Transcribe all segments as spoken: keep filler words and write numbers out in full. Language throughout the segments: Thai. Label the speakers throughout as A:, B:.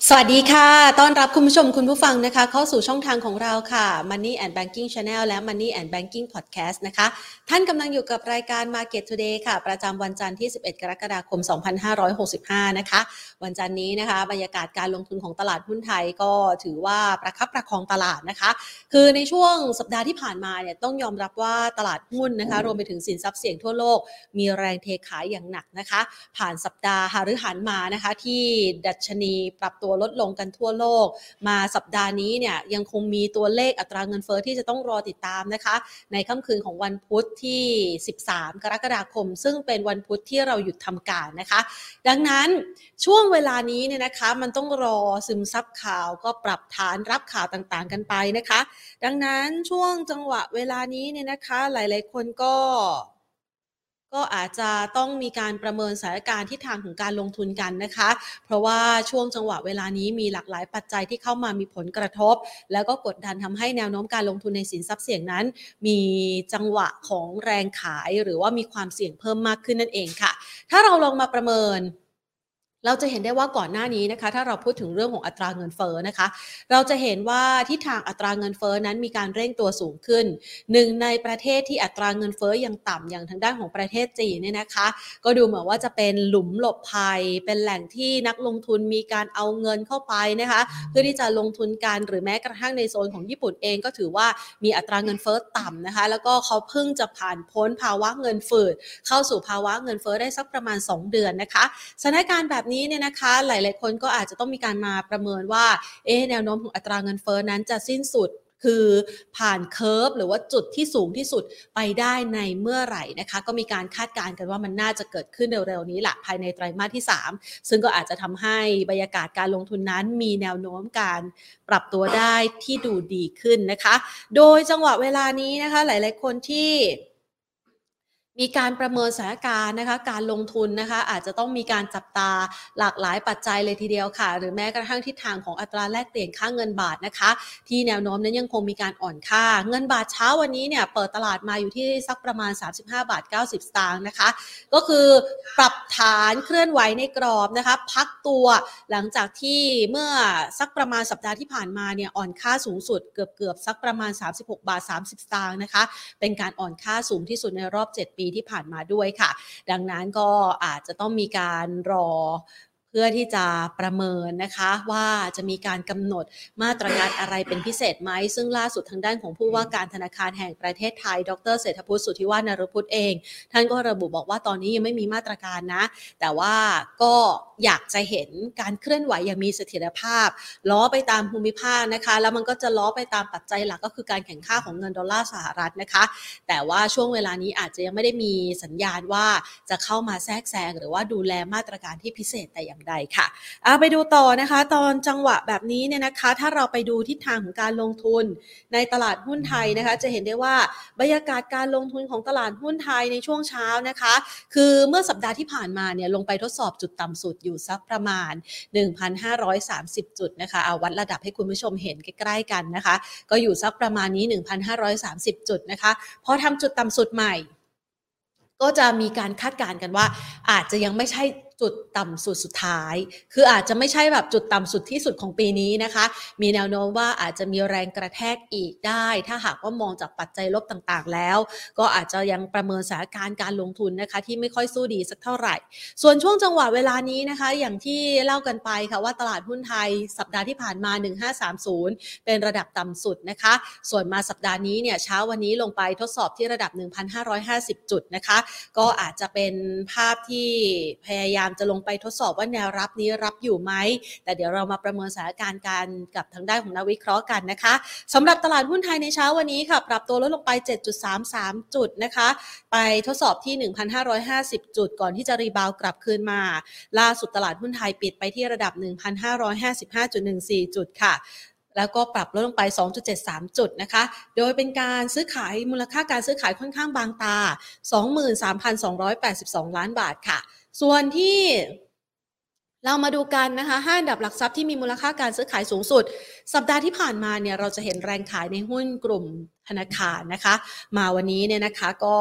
A: สวัสดีค่ะต้อนรับคุณผู้ชมคุณผู้ฟังนะคะเข้าสู่ช่องทางของเราค่ะ Money and Banking Channel และ Money and Banking Podcast นะคะท่านกำลังอยู่กับรายการ Market Today ค่ะประจำวันจันทร์ที่สิบเอ็ดกรกฎาคมสองพันห้าร้อยหกสิบห้านะคะวันจันทร์นี้นะคะบรรยากาศการลงทุนของตลาดหุ้นไทยก็ถือว่าประคับประคองตลาดนะคะคือในช่วงสัปดาห์ที่ผ่านมาเนี่ยต้องยอมรับว่าตลาดหุ้นนะคะรวมไปถึงสินทรัพย์เสี่ยงทั่วโลกมีแรงเทขายอย่างหนักนะคะผ่านสัปดาห์ฤหัสมานะคะที่ดัชนีปรับตัวลดลงกันทั่วโลกมาสัปดาห์นี้เนี่ยยังคงมีตัวเลขอัตราเงินเฟ้อที่จะต้องรอติดตามนะคะในค่ำคืนของวันพุธที่สิบสามกรกฎาคมซึ่งเป็นวันพุธที่เราหยุดทำการนะคะดังนั้นช่วงเวลานี้เนี่ยนะคะมันต้องรอซึมซับข่าวก็ปรับฐานรับข่าวต่างๆกันไปนะคะดังนั้นช่วงจังหวะเวลานี้เนี่ยนะคะหลายๆคนก็ก็อาจจะต้องมีการประเมินสถานการณ์ทิศทางของการลงทุนกันนะคะเพราะว่าช่วงจังหวะเวลานี้มีหลากหลายปัจจัยที่เข้ามามีผลกระทบแล้วก็กดดันทำให้แนวโน้มการลงทุนในสินทรัพย์เสี่ยงนั้นมีจังหวะของแรงขายหรือว่ามีความเสี่ยงเพิ่มมากขึ้นนั่นเองค่ะถ้าเราลองมาประเมินเราจะเห็นได้ว่าก่อนหน้านี้นะคะถ้าเราพูดถึงเรื่องของอัตราเงินเฟ้อนะคะเราจะเห็นว่าทิศทางอัตราเงินเฟ้อนั้นมีการเร่งตัวสูงขึ้นหนึ่งในประเทศที่อัตราเงินเฟ้อยังต่ำอย่างทางด้านของประเทศจีนเนี่ยนะคะก็ดูเหมือนว่าจะเป็นหลุมหลบภัยเป็นแหล่งที่นักลงทุนมีการเอาเงินเข้าไปนะคะเพื่อที่จะลงทุนกันหรือแม้กระทั่งในโซนของญี่ปุ่นเองก็ถือว่ามีอัตราเงินเฟ้อต่ำนะคะแล้วก็เขาเพิ่งจะผ่านพ้นภาวะเงินฝืดเข้าสู่ภาวะเงินเฟ้อได้สักประมาณสองเดือนนะคะสถานการณ์แบบนี้เนี่ยนะคะหลายๆคนก็อาจจะต้องมีการมาประเมินว่าเอ๊ะแนวโน้มของอัตราเงินเฟ้อนั้นจะสิ้นสุดคือผ่านเคอร์ฟหรือว่าจุดที่สูงที่สุดไปได้ในเมื่อไหร่นะคะก็มีการคาดการณ์กันว่ามันน่าจะเกิดขึ้นเร็วๆนี้แหละภายในไตรมาสที่สามซึ่งก็อาจจะทำให้บรรยากาศการลงทุนนั้นมีแนวโน้มการปรับตัวได้ที่ดูดีขึ้นนะคะโดยจังหวะเวลานี้นะคะหลายๆคนที่มีการประเมินสถานการณ์นะคะการลงทุนนะคะอาจจะต้องมีการจับตาหลากหลายปัจจัยเลยทีเดียวค่ะหรือแม้กระทั่งทิศทางของอัตราแลกเปลี่ยนค่าเงินบาทนะคะที่แนวโน้มนั้นยังคงมีการอ่อนค่าเงินบาทเช้าวันนี้เนี่ยเปิดตลาดมาอยู่ที่สักประมาณสามสิบห้าบาทเก้าสิบสตางค์นะคะก็คือปรับฐานเคลื่อนไหวในกรอบนะคะพักตัวหลังจากที่เมื่อสักประมาณสัปดาห์ที่ผ่านมาเนี่ยอ่อนค่าสูงสุดเกือบๆสักประมาณสามสิบหกบาทสามสิบสตางค์นะคะเป็นการอ่อนค่าสูงที่สุดในรอบเจ็ดปีที่ผ่านมาด้วยค่ะดังนั้นก็อาจจะต้องมีการรอเพื่อที่จะประเมินนะคะว่าจะมีการกำหนดมาตรการอะไรเป็นพิเศษไหมซึ่งล่าสุดทางด้านของผู้ว่าการธนาคารแห่งประเทศไทยดร.เศรษฐพุทธสุทธิวาฒนฤพุทธเองท่านก็ระบุบอกว่าตอนนี้ยังไม่มีมาตรการนะแต่ว่าก็อยากจะเห็นการเคลื่อนไหวอย่างมีเสถียรภาพล้อไปตามภูมิภาคนะคะแล้วมันก็จะล้อไปตามปัจจัยหลักก็คือการแข่งข้าของเงินดอลลาร์สหรัฐนะคะแต่ว่าช่วงเวลานี้อาจจะยังไม่ได้มีสัญญาณว่าจะเข้ามาแทรกแซงหรือว่าดูแลมาตรการที่พิเศษแต่อย่างใดค่ะเอาไปดูต่อนะคะตอนจังหวะแบบนี้เนี่ยนะคะถ้าเราไปดูทิศทางของการลงทุนในตลาดหุ้นไทยนะคะจะเห็นได้ว่าบรรยากาศการลงทุนของตลาดหุ้นไทยในช่วงเช้านะคะคือเมื่อสัปดาห์ที่ผ่านมาเนี่ยลงไปทดสอบจุดต่ำสุดอยู่สักประมาณ หนึ่งพันห้าร้อยสามสิบ จุดนะคะเอาวัดระดับให้คุณผู้ชมเห็นใกล้ๆกันนะคะก็อยู่สักประมาณนี้ หนึ่งพันห้าร้อยสามสิบ จุดนะคะพอทำจุดต่ำสุดใหม่ก็จะมีการคาดการณ์กันว่าอาจจะยังไม่ใช่จุดต่ำสุดสุดท้ายคืออาจจะไม่ใช่แบบจุดต่ำสุดที่สุดของปีนี้นะคะมีแนวโน้มว่าอาจจะมีแรงกระแทกอีกได้ถ้าหากว่ามองจากปัจจัยลบต่างๆแล้วก็อาจจะยังประเมินสถานการณ์การลงทุนนะคะที่ไม่ค่อยสู้ดีสักเท่าไหร่ส่วนช่วงจังหวะเวลานี้นะคะอย่างที่เล่ากันไปค่ะว่าตลาดหุ้นไทยสัปดาห์ที่ผ่านมาหนึ่งพันห้าร้อยสามสิบเป็นระดับต่ำสุดนะคะส่วนมาสัปดาห์นี้เนี่ยเช้าวันนี้ลงไปทดสอบที่ระดับ หนึ่งพันห้าร้อยห้าสิบ จุดนะคะก็อาจจะเป็นภาพที่พยายามจะลงไปทดสอบว่าแนวรับนี้รับอยู่ไหมแต่เดี๋ยวเรามาประเมินสถานการณ์กันกับทางด้านของนักวิเคราะห์กันนะคะสำหรับตลาดหุ้นไทยในเช้าวันนี้ค่ะปรับตัวลดลงไป เจ็ดจุดสามสาม จุดนะคะไปทดสอบที่ หนึ่งพันห้าร้อยห้าสิบ จุดก่อนที่จะรีบาวกลับคืนมาล่าสุดตลาดหุ้นไทยปิดไปที่ระดับ หนึ่งพันห้าร้อยห้าสิบห้าจุดหนึ่งสี่ จุดค่ะแล้วก็ปรับลดลงไป สองจุดเจ็ดสาม จุดนะคะโดยเป็นการซื้อขายมูลค่าการซื้อขายค่อนข้างบางตา สองหมื่นสามพันสองร้อยแปดสิบสอง ล้านบาทค่ะส่วนที่เรามาดูกันนะคะห้าอันดับหลักทรัพย์ที่มีมูลค่าการซื้อขายสูงสุดสัปดาห์ที่ผ่านมาเนี่ยเราจะเห็นแรงขายในหุ้นกลุ่มธนาคารนะคะมาวันนี้เนี่ยนะคะก็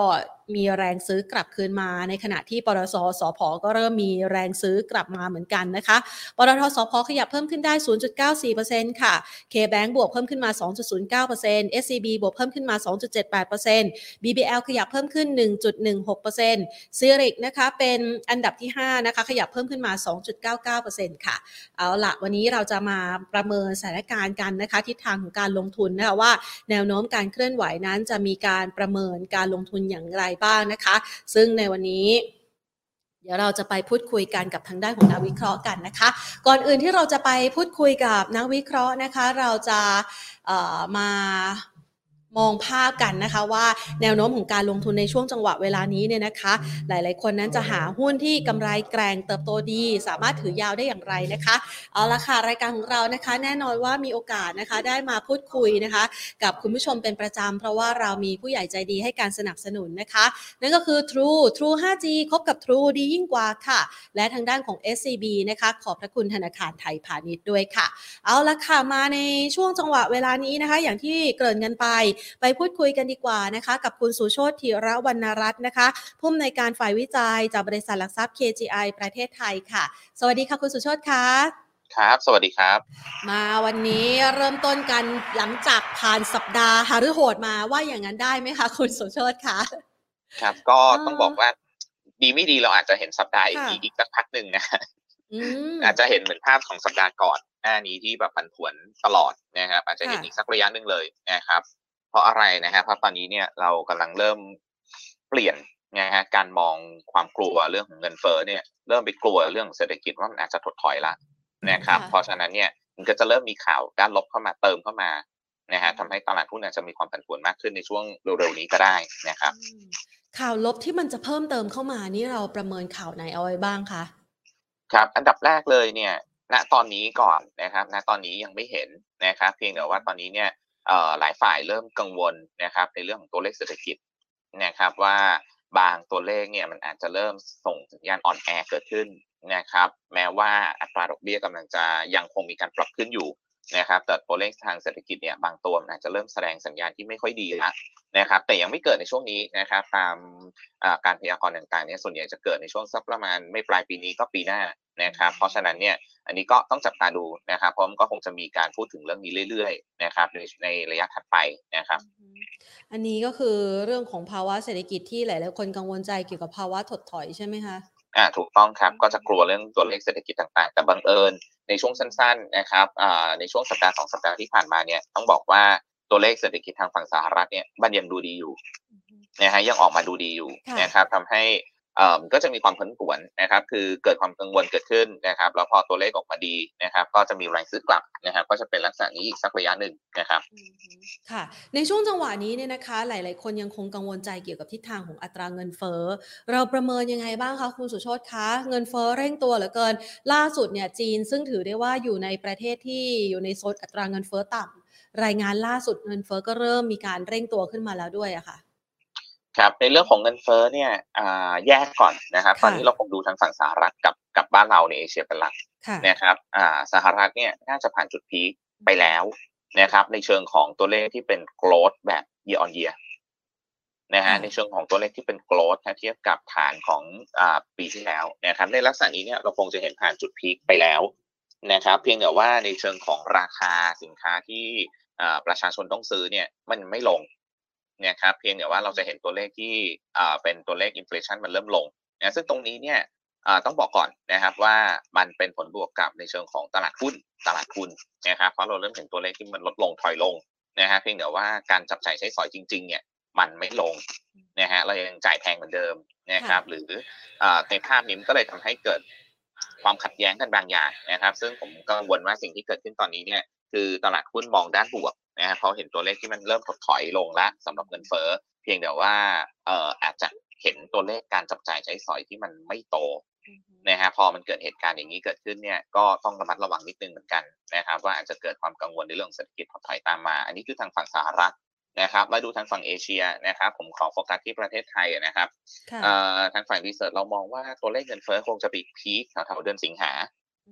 A: มีแรงซื้อกลับคืนมาในขณะที่ปตท.สผ.ก็เริ่มมีแรงซื้อกลับมาเหมือนกันนะคะปตท.สผ.ขยับเพิ่มขึ้นได้ ศูนย์จุดเก้าสี่เปอร์เซ็นต์ ค่ะ K-Bank บวกเพิ่มขึ้นมา สองจุดศูนย์เก้าเปอร์เซ็นต์ เอส ซี บี บวกเพิ่มขึ้นมา สองจุดเจ็ดแปดเปอร์เซ็นต์ บี บี แอล ขยับเพิ่มขึ้น หนึ่งจุดหนึ่งหกเปอร์เซ็นต์ Zurich นะคะเป็นอันดับที่ห้านะคะขยับเพิ่มขึ้นมา สองจุดเก้าเก้าเปอร์เซ็นต์ ค่ะเอาล่ะวันนี้เราจะมาประเมินสถานการณ์กันนะคะทิศทางของการลงทุนนะคะว่าแนวโน้มการเคลื่อนไหวนั้นจะมีการประเมินการลงทุนอย่างไรบ้างนะคะซึ่งในวันนี้เดี๋ยวเราจะไปพูดคุยกันกับทางด้านของนักวิเคราะห์กันนะคะก่อนอื่นที่เราจะไปพูดคุยกับนักวิเคราะห์นะคะเราจะเอ่อมามองภาพกันนะคะว่าแนวโน้มของการลงทุนในช่วงจังหวะเวลานี้เนี่ยนะคะหลายๆคนนั้นจะหาหุ้นที่กำไรแกร่งเติบโตดีสามารถถือยาวได้อย่างไรนะคะเอาละค่ะรายการของเรานะคะแน่นอนว่ามีโอกาสนะคะได้มาพูดคุยนะคะกับคุณผู้ชมเป็นประจำเพราะว่าเรามีผู้ใหญ่ใจดีให้การสนับสนุนนะคะนั่นก็คือ True True ไฟว์จี คบกับ True ดียิ่งกว่าค่ะและทางด้านของ เอส ซี บี นะคะขอบพระคุณธนาคารไทยพาณิชย์ด้วยค่ะเอาละค่ะมาในช่วงจังหวะเวลานี้นะคะอย่างที่เกริ่นกันไปไปพูดคุยกันดีกว่านะคะกับคุณสุโชติธีระวรรณรัตน์นะคะผู้อำนวยการฝ่ายวิจัยจากบริษัทหลักทรัพย์ เค จี ไอ ประเทศไทยค่ะสวัสดีค่ะคุณสุโชติค่ะ
B: ครับสวัสดีครับ
A: มาวันนี้เริ่มต้นกันหลังจากผ่านสัปดาห์หฤโหดมาว่าอย่างนั้นได้ไหมคะคุณสุโชติคะ
B: ครับก็ต้องบอกว่าดีไม่ดีเราอาจจะเห็นสัปดาห์อีกอีกสักพักหนึ่งนะอาจจะเห็นเหมือนภาพของสัปดาห์ก่อนหน้านี้ที่แบบผันผวนตลอดนะครับอาจจะเห็นอีกสักระยะหนึ่งเลยนะครับเพราะอะไรนะฮะเพราะตอนนี้เนี่ยเรากำลังเริ่มเปลี่ยนนะฮะการมองความกลัวเรื่องของเงินเฟ้อเนี่ยเริ่มไปกลัวเรื่องเศรษฐกิจว่ามันอาจจะถดถอยละนะครับเพราะฉะนั้นเนี่ยมันก็จะเริ่มมีข่าวด้านลบเข้ามาเติมเข้ามานะฮะทำให้ตลาดหุ้นอาจจะมีความผันผวนมากขึ้นในช่วงเร็วๆนี้ก็ได้นะครับ
A: ข่าวลบที่มันจะเพิ่มเติมเข้ามานี่เราประเมินข่าวไหนเอาไว้บ้างคะ
B: ครับอันดับแรกเลยเนี่ยณตอนนี้ก่อนนะครับณตอนนี้ยังไม่เห็นนะครับเพียงแต่ว่าตอนนี้เนี่ยเอ่อหลายฝ่ายเริ่มกังวลนะครับในเรื่องของตัวเลขเศรษฐกิจนะครับว่าบางตัวเลขเนี่ยมันอาจจะเริ่มส่งสัญญาณอ่อนแอเกิดขึ้นนะครับแม้ว่าอัตราดอกเบี้ยกำลังจะยังคงมีการปรับขึ้นอยู่นะครับแต่ตัวเลขทางเศรษฐกิจเนี่ยบางตัวมันอาจจะเริ่มแสดงสัญญาณที่ไม่ค่อยดีแล้วนะครับแต่ยังไม่เกิดในช่วงนี้นะครับตามการพยากรณ์ต่างๆเนี่ยส่วนใหญ่จะเกิดในช่วงสักประมาณไม่ปลายปีนี้ก็ปีหน้านะครับเพราะฉะนั้นเนี่ยอันนี้ก็ต้องจับตาดูนะครับเพราะมันก็คงจะมีการพูดถึงเรื่องนี้เรื่อยๆนะครับในในระยะถัดไปนะครับ
A: อันนี้ก็คือเรื่องของภาวะเศรษฐกิจที่หลายๆคนกังวลใจเกี่ยวกับภาวะถดถอยใช่ไหมคะ
B: อ่าถูกต้องครับก็จะกลัวเรื่องตัวเลขเศรษฐกิจต่างๆแต่บังเอิญในช่วงสั้นๆนะครับอ่าในช่วงสัปดาห์สองสัปดาห์ที่ผ่านมาเนี่ยต้องบอกว่าตัวเลขเศรษฐกิจทางฝั่งสหรัฐเนี่ยมันยังดูดีอยู่นะฮะยังออกมาดูดีอยู่นะครับทำให้เอ่อก็จะมีความผันผวนนะครับคือเกิดความกังวลเกิดขึ้นนะครับแล้วพอตัวเลขออกมาดีนะครับก็จะมีแรงซื้อกลับนะครับก็จะเป็นลักษณะนี้อีกสักระยะหนึ่งนะครับ
A: ค่ะในช่วงจังหวะนี้เนี่ยนะคะหลายๆคนยังคงกังวลใจเกี่ยวกับทิศทางของอัตราเงินเฟ้อเราประเมินยังไงบ้างคะคุณสุโชติคะเงินเฟ้อเร่งตัวเหลือเกินล่าสุดเนี่ยจีนซึ่งถือได้ว่าอยู่ในประเทศที่อยู่ในโซนอัตราเงินเฟ้อต่ำรายงานล่าสุดเงินเฟ้อก็เริ่มมีการเร่งตัวขึ้นมาแล้วด้วยอะค่ะ
B: ครับในเรื่องของเงินเฟ้อเนี่ยแยกก่อนนะครับตอนนี้เราคงดูทางฝั่งสหรัฐกับกับบ้านเราในเอเชียเป็นหลักนะครับสหรัฐเนี่ยน่าจะผ่านจุดพีคไปแล้วนะครับในเชิงของตัวเลขที่เป็น growth แบบ year on year นะฮะในเชิงของตัวเลขที่เป็น growth ถ้าเทียบกับฐานของปีที่แล้วนะครับในลักษณะนี้เนี่ยเราคงจะเห็นผ่านจุดพีคไปแล้วนะครับเพียงแต่ว่าในเชิงของราคาสินค้าที่ประชาชนต้องซื้อเนี่ยมันไม่ลงเนี่ยครับเพียงแต่ว่าเราจะเห็นตัวเลขที่เป็นตัวเลขอินเฟลชันมันเริ่มลงนะซึ่งตรงนี้เนี่ยต้องบอกก่อนนะครับว่ามันเป็นผลบวกกับในเชิงของตลาดหุ้นตลาดทุนนะครับเพราะเราเริ่มเห็นตัวเลขที่มันลดลงถอยลงนะฮะเพียงแต่ว่าการจับจ่ายใช้สอยจริงๆเนี่ยมันไม่ลงนะฮะเรายังจ่ายแพงเหมือนเดิมนะครับหรือในภาพนี้มันก็เลยทำให้เกิดความขัดแย้งกันบางอย่างนะครับซึ่งผมกังวลว่าสิ่งที่เกิดขึ้นตอนนี้เนี่ยคือตลาดหุ้นมองด้านบวกนะฮะเพราะเห็นตัวเลขที่มันเริ่มถดถอยลงแล้วสำหรับเงินเฟ้อเพียงแต่ว่าเอ่ออาจจะเห็นตัวเลขการจับจ่ายใช้สอยที่มันไม่โตนะฮะพอมันเกิดเหตุการณ์อย่างนี้เกิดขึ้นเนี่ยก็ต้องระมัดระวังนิดนึงเหมือนกันนะครับว่าอาจจะเกิดความกังวลในเรื่องเศรษฐกิจถดถอยตามมาอันนี้คือทางฝั่งสหรัฐนะครับมาดูทางฝั่งเอเชียนะครับผมขอโฟกัสที่ประเทศไทยนะครับทางฝั่งรีเสิร์ชเรามองว่าตัวเลขเงินเฟ้อคงจะไปพีคแถวๆเดือนสิงหา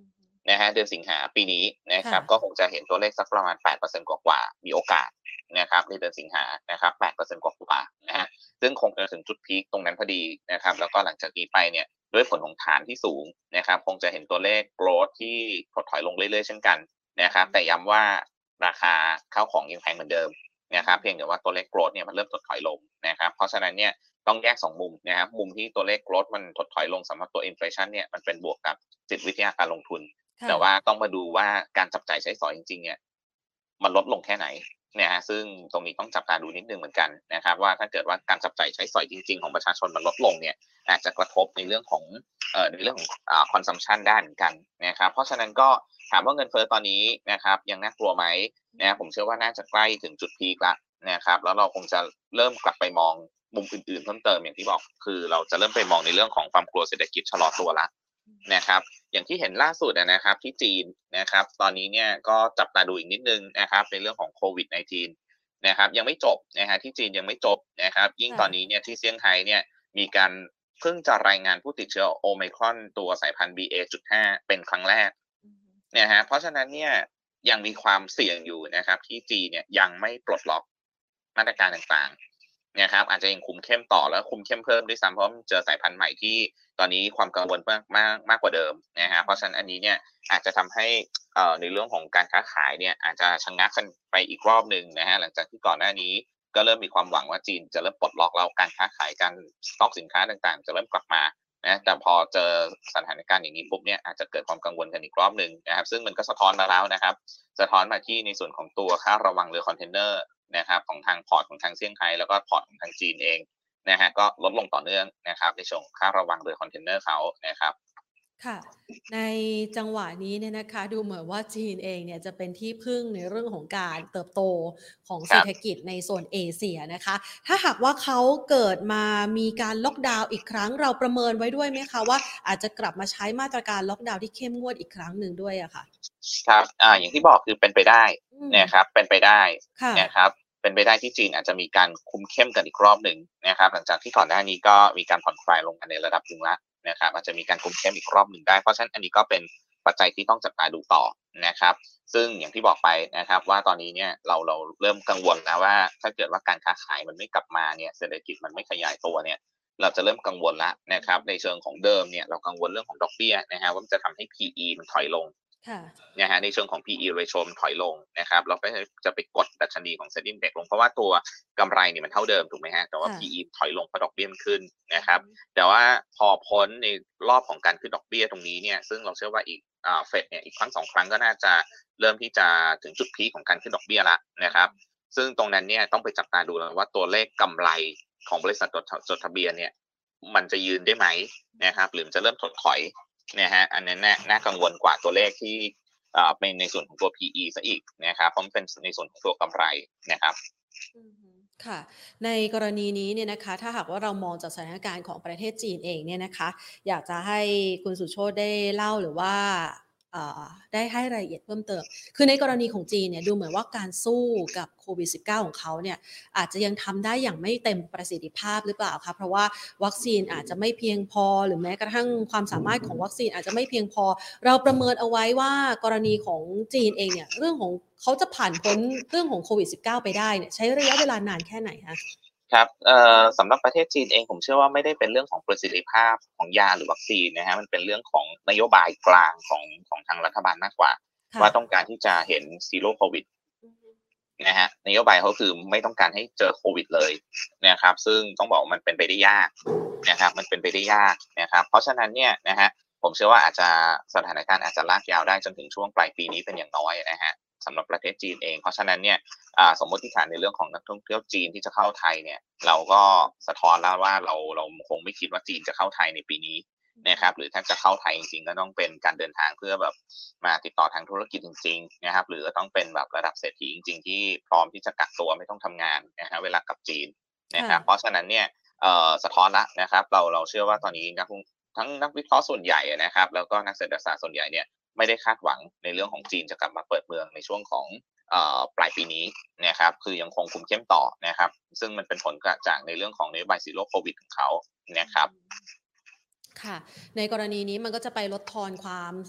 B: นะฮะเดือนสิงหาปีนี้นะครับก็คงจะเห็นตัวเลขสักประมาณ แปดเปอร์เซ็นต์ กว่าๆมีโอกาสนะครับในเดือนสิงหานะครับ แปดเปอร์เซ็นต์ กว่าๆนะฮะซึ่งคงจะถึงจุดพีคตรงนั้นพอดีนะครับแล้วก็หลังจากนี้ไปเนี่ยด้วยผลของฐานที่สูงนะครับคงจะเห็นตัวเลข growth ที่ถดถอยลงเรื่อยๆเช่นกันนะครับแต่ย้ำว่าราคาข้าวของยังแพงเหมือนเดิมนะครับเพียงแต่ว่าตัวเลข growth เนี่ยมันเริ่มถดถอยลงนะครับเพราะฉะนั้นเนี่ยต้องแยกสองมุมนะครับมุมที่ตัวเลข growth มันถดถอยลงสำหรับตัว inflation เนี่ยมันเป็นบวกกับจิตวิทยาการลงทุนแต่ว่าต้องมาดูว่าการจับจ่ายใช้สอยจริงๆเนี่ยมันลดลงแค่ไหนเนี่ยฮะซึ่งตรงนี้ต้องจับตาดูนิดนึงเหมือนกันนะครับว่าถ้าเกิดว่าการจับจ่ายใช้สอยจริงๆของประชาชนมันลดลงเนี่ยอาจจะกระทบในเรื่องของเอ่อในเรื่องของอ่า consumption ได้เหมือนกันนะครับเพราะฉะนั้นก็ถามว่าเงินเฟ้อตอนนี้นะครับยังน่ากลัวไหมนะผมเชื่อว่าน่าจะใกล้ถึงจุดพีคแล้วนะครับแล้วเราคงจะเริ่มกลับไปมองมุมอื่นๆเพิ่มเติมอย่างที่บอกคือเราจะเริ่มไปมองในเรื่องของความกลัวเศรษฐกิจชะลอตัวแล้วนะครับอย่างที่เห็นล่าสุดนะครับที่จีนนะครับตอนนี้เนี่ยก็จับตาดูอีกนิดนึงนะครับในเรื่องของโควิด สิบเก้า นะครับยังไม่จบนะฮะที่จีนยังไม่จบนะครับยิ่งตอนนี้เนี่ยที่เซี่ยงไฮ้เนี่ยมีการเพิ่งจะรายงานผู้ติดเชื้อโอไมครอนตัวสายพันธุ์ บี เอ จุด ห้า เป็นครั้งแรกเนี่ยฮะเพราะฉะนั้นเนี่ยยังมีความเสี่ยงอยู่นะครับที่จีนเนี่ยยังไม่ปลดล็อกมาตรการต่างๆนะครับอาจจะยังคุมเข้มต่อแล้วคุมเข้มเพิ่มด้วยซ้ำเพราะเจอสายพันธุ์ใหม่ที่ตอนนี้ความกังวลมากมากมากกว่าเดิมนะฮะเพราะฉะนั้นอันนี้เนี่ยอาจจะทำให้เอ่อในเรื่องของการค้าขายเนี่ยอาจจะชะงักกันไปอีกรอบหนึ่งนะฮะหลังจากที่ก่อนหน้านี้ก็เริ่มมีความหวังว่าจีนจะเริ่มปลดล็อกแล้วการค้าขายการสต็อกสินค้าต่างๆจะเริ่มกลับมานะแต่พอเจอสถานการณ์อย่างนี้ปุ๊บเนี่ยอาจจะเกิดความกังวลกันอีกรอบหนึ่งนะครับซึ่งมันก็สะท้อนมาแล้วนะครับสะท้อนมาที่ในส่วนของตัวค่าระวังเรือคอนเทนเนอร์นะครับของทางพอร์ตของทางเซี่ยงไฮ้แล้วก็พอร์ตของทางจีนเองนะฮะก็ลดลงต่อเนื่องนะครับในช่วงค่าระวังเรือคอนเทนเนอร์เขานะครับ
A: ค่ะในจังหวะนี้เนี่ยนะคะดูเหมือนว่าจีนเองเนี่ยจะเป็นที่พึ่งในเรื่องของการเติบโตของเศรษฐกิจในโซนเอเชียนะคะถ้าหากว่าเขาเกิดมามีการล็อกดาวน์อีกครั้งเราประเมินไว้ด้วยไหมคะว่าอาจจะกลับมาใช้มาตรการล็อกดาวน์ที่เข้มงวดอีกครั้งหนึ่งด้วยอะค่ะ
B: ครับอ่าอย่างที่บอกคือเป็นไปได้นะครับเป็นไปได้นะครับเป็นไปได้ที่จีนอาจจะมีการคุมเข้มกันอีกรอบหนึ่งนะครับหลังจากที่ก่อนหน้านี้ก็มีการผ่อนคลายลงมาในระดับหนึ่งแล้วนะครับอาจจะมีการคุมเข้มอีกรอบหนึ่งได้เพราะฉะนั้นอันนี้ก็เป็นปัจจัยที่ต้องจับตาดูต่อนะครับซึ่งอย่างที่บอกไปนะครับว่าตอนนี้เนี่ยเราเราเริ่มกังวลนะว่าถ้าเกิดว่าการค้าขายมันไม่กลับมาเนี่ยเศรษฐกิจมันไม่ขยายตัวเนี่ยเราจะเริ่มกังวลแล้วนะครับในเชิงของเดิมเนี่ยเรากังวลเรื่องของดอกเบี้ยนะฮะว่ามันจะทำให้ พี อี มันถอยลงนะฮะในเชิงของ พี อี ratio ถอยลงนะครับเราก็จะไปกดดัชนีของ Set Index ลงเพราะว่าตัวกำไรเนี่ยมันเท่าเดิมถูกไหมฮะแต่ว่า พี อี ถอยลงเพราะดอกเบี้ยมันขึ้นนะครับแต่ว่าพอพ้นในรอบของการขึ้นดอกเบี้ยตรงนี้เนี่ยซึ่งเราเชื่อว่าอีกอ่าเฟดเนี่ยอีกครั้งสองครั้งก็น่าจะเริ่มที่จะถึงจุดพีคของการขึ้นดอกเบี้ยแล้วนะครับซึ่งตรงนั้นเนี่ยต้องไปจับตาดูแล้วว่าตัวเลขกำไรของบริษัทจดทะเบียนเนี่ยมันจะยืนได้ไหมนะครับหรือจะเริ่มถดถอยนะฮะอันนั้นน่ากังวลกว่าตัวเลขที่เป็นในส่วนของตัว พี อี ซะอีกนะครับเพราะมันเป็นในส่วนของตัวกำไรนะครับ
A: ค่ะในกรณีนี้เนี่ยนะคะถ้าหากว่าเรามองจากสถานการณ์ของประเทศจีนเองเนี่ยนะคะอยากจะให้คุณสุโชติได้เล่าหรือว่าได้ให้รายละเอียดเพิ่มเติมคือในกรณีของจีนเนี่ยดูเหมือนว่าการสู้กับโควิด สิบเก้า ของเขาเนี่ยอาจจะยังทำได้อย่างไม่เต็มประสิทธิภาพหรือเปล่าคะเพราะว่าวัคซีนอาจจะไม่เพียงพอหรือแม้กระทั่งความสามารถของวัคซีนอาจจะไม่เพียงพอเราประเมินเอาไว้ว่ากรณีของจีนเองเนี่ยเรื่องของเขาจะผ่านพ้นเรื่องของโควิด สิบเก้า ไปได้เนี่ยใช้ระยะเวลานานแค่ไหนคะ
B: ครับเอ่อสำหรับประเทศจีนเองผมเชื่อว่าไม่ได้เป็นเรื่องของประสิทธิภาพของยาหรือวัคซีนนะฮะมันเป็นเรื่องของนโยบายกลางของของทางรัฐบาลมากกว่าว่าต้องการที่จะเห็นซีโร่โควิดนะฮะนโยบายเขาคือไม่ต้องการให้เจอโควิดเลยนะครับซึ่งต้องบอกว่ามันเป็นไปได้ยากนะครับมันเป็นไปได้ยากนะครับเพราะฉะนั้นเนี่ยนะฮะผมเชื่อว่าอาจจะสถานการณ์อาจจะลากยาวได้จนถึงช่วงปลายปีนี้เป็นอย่างน้อยนะฮะสำหรับประเทศจีนเองเพราะฉะนั้นเนี่ยสมมติฐานในเรื่องของนักท่องเที่ยวจีนที่จะเข้าไทยเนี่ยเราก็สะท้อนแล้วว่าเราเราคงไม่คิดว่าจีนจะเข้าไทยในปีนี้นะครับหรือถ้าจะเข้าไทยจริงๆก็ต้องเป็นการเดินทางเพื่อแบบมาติดต่อทางธุรกิจจริงๆนะครับหรือต้องเป็นแบบระดับเศรษฐีจริงๆที่พร้อมที่จะกักตัวไม่ต้องทำงานนะฮะเวลากับจีนนะครับเพราะฉะนั้นเนี่ยสะท้อนละนะครับเราเราเชื่อว่าตอนนี้นักทั้งนักวิเคราะห์ส่วนใหญ่นะครับแล้วก็นักเศรษฐศาสตร์ส่วนใหญ่เนี่ยไม่ได้คาดหวังในเรื่องของจีนจะกลับมาเปิดเมืองในช่วงของปลายปีนี้นะครับคือยังคงคุมเข้มต่อนะครับซึ่งมันเป็นผลจากในเรื่องของนโยบายซีโร่โควิดของเขานะครับ
A: ค่ะในกรณีนี้มันก็จะไปลดทอนความเข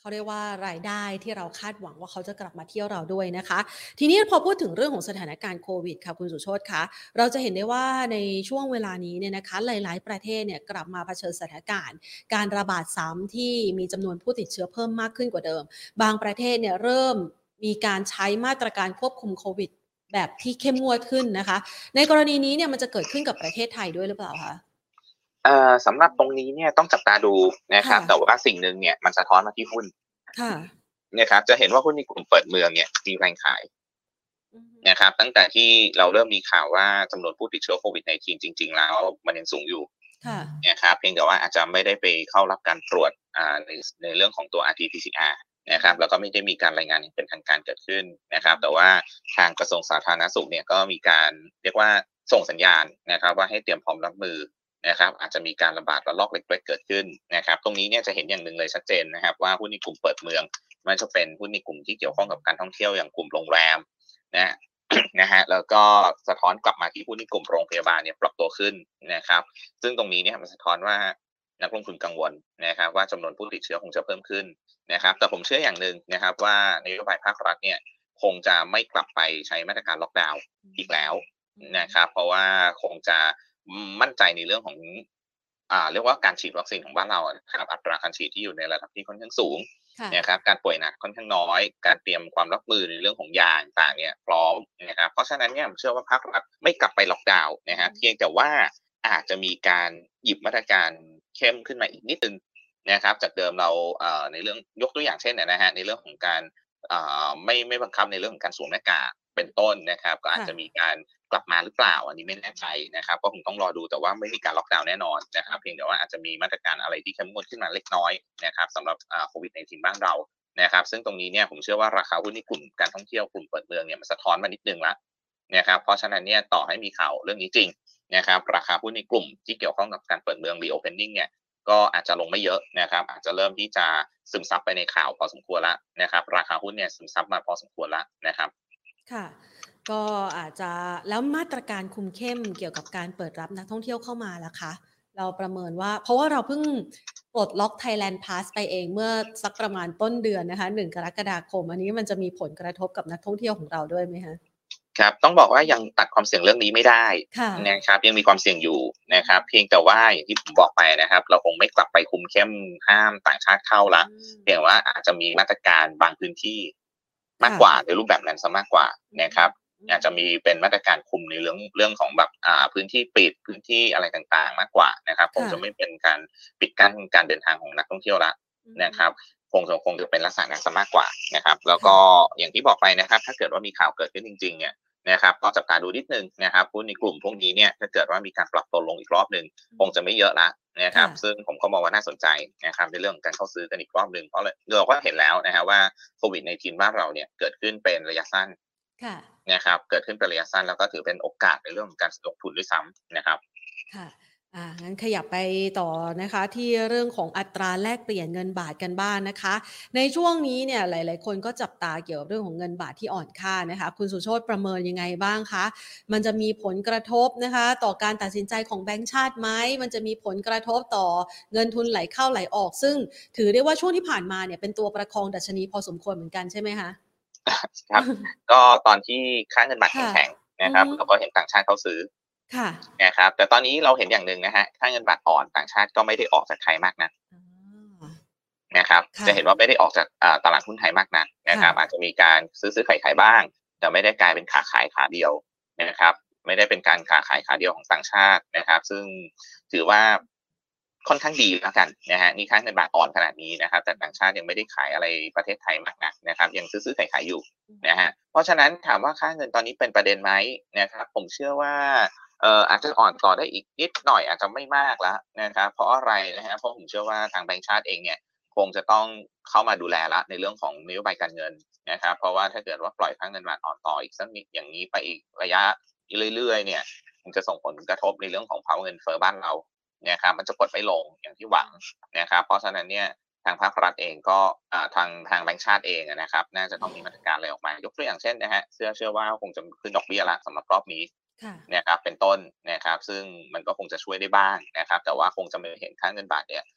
A: เขาเรียกว่ารายได้ที่เราคาดหวังว่าเขาจะกลับมาเที่ยวเราด้วยนะคะทีนี้พอพูดถึงเรื่องของสถานการณ์โควิดค่ะคุณสุโชติคะเราจะเห็นได้ว่าในช่วงเวลานี้เนี่ยนะคะหลายๆประเทศเนี่ยกลับมาเผชิญสถานการณ์การระบาดซ้ำที่มีจำนวนผู้ติดเชื้อเพิ่มมากขึ้นกว่าเดิมบางประเทศเนี่ยเริ่มมีการใช้มาตรการควบคุมโควิดแบบที่เข้มงวดขึ้นนะคะในกรณีนี้เนี่ยมันจะเกิดขึ้นกับประเทศไทยด้วยหรือเปล่าคะ
B: เอ่อสำหรับตรงนี้เนี่ยต้องจับตาดูนะครับแต่
A: ค่ะ
B: ว่าสิ่งหนึ่งเนี่ยมันสะท้อนมาที่หุ้น
A: ค่ะ
B: นะครับจะเห็นว่าหุ้นในกลุ่มเปิดเมืองเนี่ยมีแรงขาย
A: อือฮึ
B: นะครับตั้งแต่ที่เราเริ่มมีข่าวว่าจำนวนผู้ติดเชื้อโควิด สิบเก้า จริงๆแล้วมันยังสูงอยู่
A: ค่ะ
B: นะครับเพียงแต่ว่าอาจจะไม่ได้ไปเข้ารับการตรวจอ่าในในเรื่องของตัว อาร์ ที พี ซี อาร์ นะครับแล้วก็ไม่ได้มีการรายงานอย่างเป็นทางการเกิดขึ้นนะครับแต่ว่าทางกระทรวงสาธารณสุขเนี่ยก็มีการเรียกว่าส่งสัญญาณนะครับว่าให้เตรียมพร้อมรับมือนะครับอาจจะมีการระบาดระลอกเล็กๆเกิดขึ้นนะครับตรงนี้เนี่ยจะเห็นอย่างหนึ่งเลยชัดเจนนะครับว่าหุ้นในกลุ่มเปิดเมืองไม่ว่าจะเป็นหุ้นในกลุ่มที่เกี่ยวข้องกับการท่องเที่ยวอย่างกลุ่มโรงแรมนะ นะฮะแล้วก็สะท้อนกลับมาที่หุ้นในกลุ่มโรงพยาบาลเนี่ยปรับตัวขึ้นนะครับซึ่งตรงนี้เนี่ยมันสะท้อนว่านักลงทุนกังวลนะครับว่าจำนวนผู้ติดเชื้อคงจะเพิ่มขึ้นนะครับแต่ผมเชื่ออย่างหนึ่งนะครับว่านโยบายภาครัฐเนี่ยคงจะไม่กลับไปใช้มาตรการล็อกดาวน์อีกแล้วนะครับเพราะว่าคงจะมั่นใจในเรื่องของอ่าเรียกว่าการฉีดวัคซีนของบ้านเราอะนะครับอัตราการฉีดที่อยู่ในระดับที่ค่อนข้างสูง
A: ค่ะ
B: นะครับการป่วยหนักค่อนข้างน้อยการเตรียมความรับมือในเรื่องของยาต่างๆเนี่ยพร้อมนะครับเพราะฉะนั้นเนี่ยผมเชื่อว่าภาครัฐไม่กลับไปล็อกดาวน์นะฮะเพียงแต่ว่าอาจจะมีการหยิบมาตรการเข้มขึ้นมาอีกนิดหนึ่งนะครับจากเดิมเราเอ่อในเรื่องยกตัวอย่างเช่นนะฮะในเรื่องของการอ่าไม่ไม่บังคับในเรื่องของการสวมหน้ากากเป็นต้นนะครับก็อาจ
A: ค่ะ
B: จะมีการกลับมาหรือเปล่าอันนี้ไม่แน่ใจนะครับก็คงต้องรอดูแต่ว่าไม่มีการล็อกดาวน์แน่นอนนะครับเพียงแต่ว่าอาจจะมีมาตรการอะไรที่เข้มงวดขึ้นมาเล็กน้อยนะครับสำหรับอ่าโควิด สิบเก้า บ้านเรา นะครับซึ่งตรงนี้เนี่ยผมเชื่อว่าราคาหุ้นในกลุ่มการท่องเที่ยวกลุ่มเปิดเมืองเนี่ยมันสะท้อนมานิดหนึ่งแล้วนะครับเพราะฉะนั้นเนี่ยต่อให้มีข่าวเรื่องนี้จริงนะครับราคาหุ้นในกลุ่มที่เกี่ยวข้องกับการเปิดเมือง reopening เนี่ยก็อาจจะลงไม่เยอะนะครับอาจจะเริ่มที่จะซึมซับไปในข่าวพอสมควรแล้วนะครับราคาหุ้นเนี่ยซึมซับมาพอสมควรแล้วนะครับ
A: ค่ะก็อาจจะแล้วมาตรการคุมเข้มเกี่ยวกับการเปิดรับนักท่องเที่ยวเข้ามาล่ะคะเราประเมินว่าเพราะว่าเราเพิ่งปลดล็อก Thailand Pass ไปเองเมื่อสักประมาณต้นเดือนนะคะหนึ่งกรกฎาคมอันนี้มันจะมีผลกระทบกับนักท่องเที่ยวของเราด้วยไหมคะ
B: ครับต้องบอกว่ายังตัดความเสี่ยงเรื่องนี้ไม่ได้
A: ค่ะ
B: นะครับยังมีความเสี่ยงอยู่นะครับเพียงแต่ว่าอย่างที่ผมบอกไปนะครับเราคงไม่กลับไปคุมเข้มห้ามต่างชาติเข้า
A: อื
B: แล้ว
A: ม
B: เพียงว่าอาจจะมีมาตรการบางพื้นที่มาก
A: ค่ะ
B: กว่าในรูปแบบนั้นเสียมากกว่า
A: อือฮึ
B: นะครับ
A: อื
B: อาจจะมีเป็นมาตรการคุมในเรื่องเรื่องของแบบอ่าพื้นที่ปิดพื้นที่อะไรต่างๆมากกว่านะครับคง
A: ค่ะ
B: จะไม่เป็นการปิดกั้นการเดินทางของนักท่องเที่ยวแล้ว
A: อือฮึ
B: นะครับคงจะคงจะเป็นลักษณะนั้นเสียมากกว่านะครับแล้วก็
A: ค่ะ
B: อย่างที่บอกไปนะครับถ้าเกิดว่ามีข่าวเกิดขึ้นจริงๆเนี่ย นะครับก็จับตาดูนิดหนึ่งนะครับหุ้นในกลุ่มพวกนี้เนี่ยถ้าเกิดว่ามีการปรับตัวลงอีกรอบหนึ่ง
A: อืม
B: คงจะไม่เยอะแล้วนะครั
A: ค่ะ
B: บซึ่งผมก็มองว่าน่าสนใจนะครับในเรื่องของการเข้าซื้อกันอีกรอบหนึ่งเพราะเราก็เห็นแล้วนะครับว่าโควิด สิบเก้า บ้านเราเนี่ยเกิดขึ้นเป็นระยะสั้น
A: ค่ะ
B: นะครับเกิดขึ้นเป็นระยะสั้นแล้วก็ถือเป็นโอกาสในเรื่องของการลงทุนด้วยซ้ำนะครับ
A: ค่ะอ่างั้นขยับไปต่อนะคะที่เรื่องของอัตราแลกเปลี่ยนเงินบาทกันบ้างนะคะในช่วงนี้เนี่ยหลายๆคนก็จับตาเกี่ยวกับเรื่องของเงินบาทที่อ่อนค่านะคะคุณสุโชติประเมินยังไงบ้างคะมันจะมีผลกระทบนะคะต่อการตัดสินใจของแบงก์ชาติไหมมันจะมีผลกระทบต่อเงินทุนไหลเข้าไหลออกซึ่งถือได้ว่าช่วงที่ผ่านมาเนี่ยเป็นตัวประคองดัชนีพอสมควรเหมือนกันใช่ไหมคะ
B: ครับก็ตอนที่ค่าเงินบาท
A: ค่ะ
B: แข็งๆ
A: อือฮึ
B: นะครับเราก็เห็นต่างชาติเข้าซื้อ
A: ค่ะ
B: นะครับแต่ตอนนี้เราเห็นอย่างหนึ่งนะฮะค่าเงินบาทอ่อนต่างชาติก็ไม่ได้ออกจากไทยมากนัก
A: อา
B: นะครับจะเห็น
A: ค่ะ
B: ว่าไม่ได้ออกจากอ่าตลาดหุ้นไทยมากนักนะค
A: ค่ะ
B: รับอาจจะมีการซื้อซื้อขายขายบ้างแต่ไม่ได้กลายเป็นขาขายขาเดียวนะครับไม่ได้เป็นการขาขายขาเดียวของต่างชาตินะครับซึ่งถือว่าค่อนข้างดีแล้วกันนะฮะนี่ค่าเงินบาทอ่อนขนาดนี้นะครับแต่ต่างชาติยังไม่ได้ขายอะไรประเทศไทยมากนักนะครับยังซื้อๆขายๆอยู่
A: อือฮึ
B: นะฮะเพราะฉะนั้นถามว่าค่าเงินตอนนี้เป็นประเด็นไหมนะครับผมเชื่อว่าเอ่ออาจจะอ่อนต่อได้อีกนิดหน่อยอาจจะไม่มากแล้วนะครับเพราะอะไรนะฮะเพราะผมเชื่อว่าทางแบงก์ชาติเองเนี่ย คงจะต้องเข้ามาดูแลแล้วในเรื่องของนโยบายการเงินนะครับเพราะว่าถ้าเกิดว่าปล่อยค่าเงินบาทอ่อนต่ออีกสักนิดอย่างนี้ไปอีกระยะเรื่อยๆเนี่ยมันจะส่งผลกระทบในเรื่องของภาวะเงินเฟ้อบ้านเรานะครับมันจะกดไม่ลงอย่างที่หวังนะครับเพราะฉะนั้นเนี่ยทางภาครัฐเองก็อ่าทางทางแบงก์ชาติเองอะนะครับน่าจะต้องมีมาตรการอะไรออกมายกตัวอย่างเช่นนะฮะเชื่อเชื่อว่าคงจะขึ้นดอกเบี้ยแล้วสำหรับรอบนี้
A: ค่ะ
B: นะครับเป็นต้นนะครับซึ่งมันก็คงจะช่วยได้บ้างนะครับแต่ว่าคงจะไม่เห็นค่าเงินบาทเนี่ย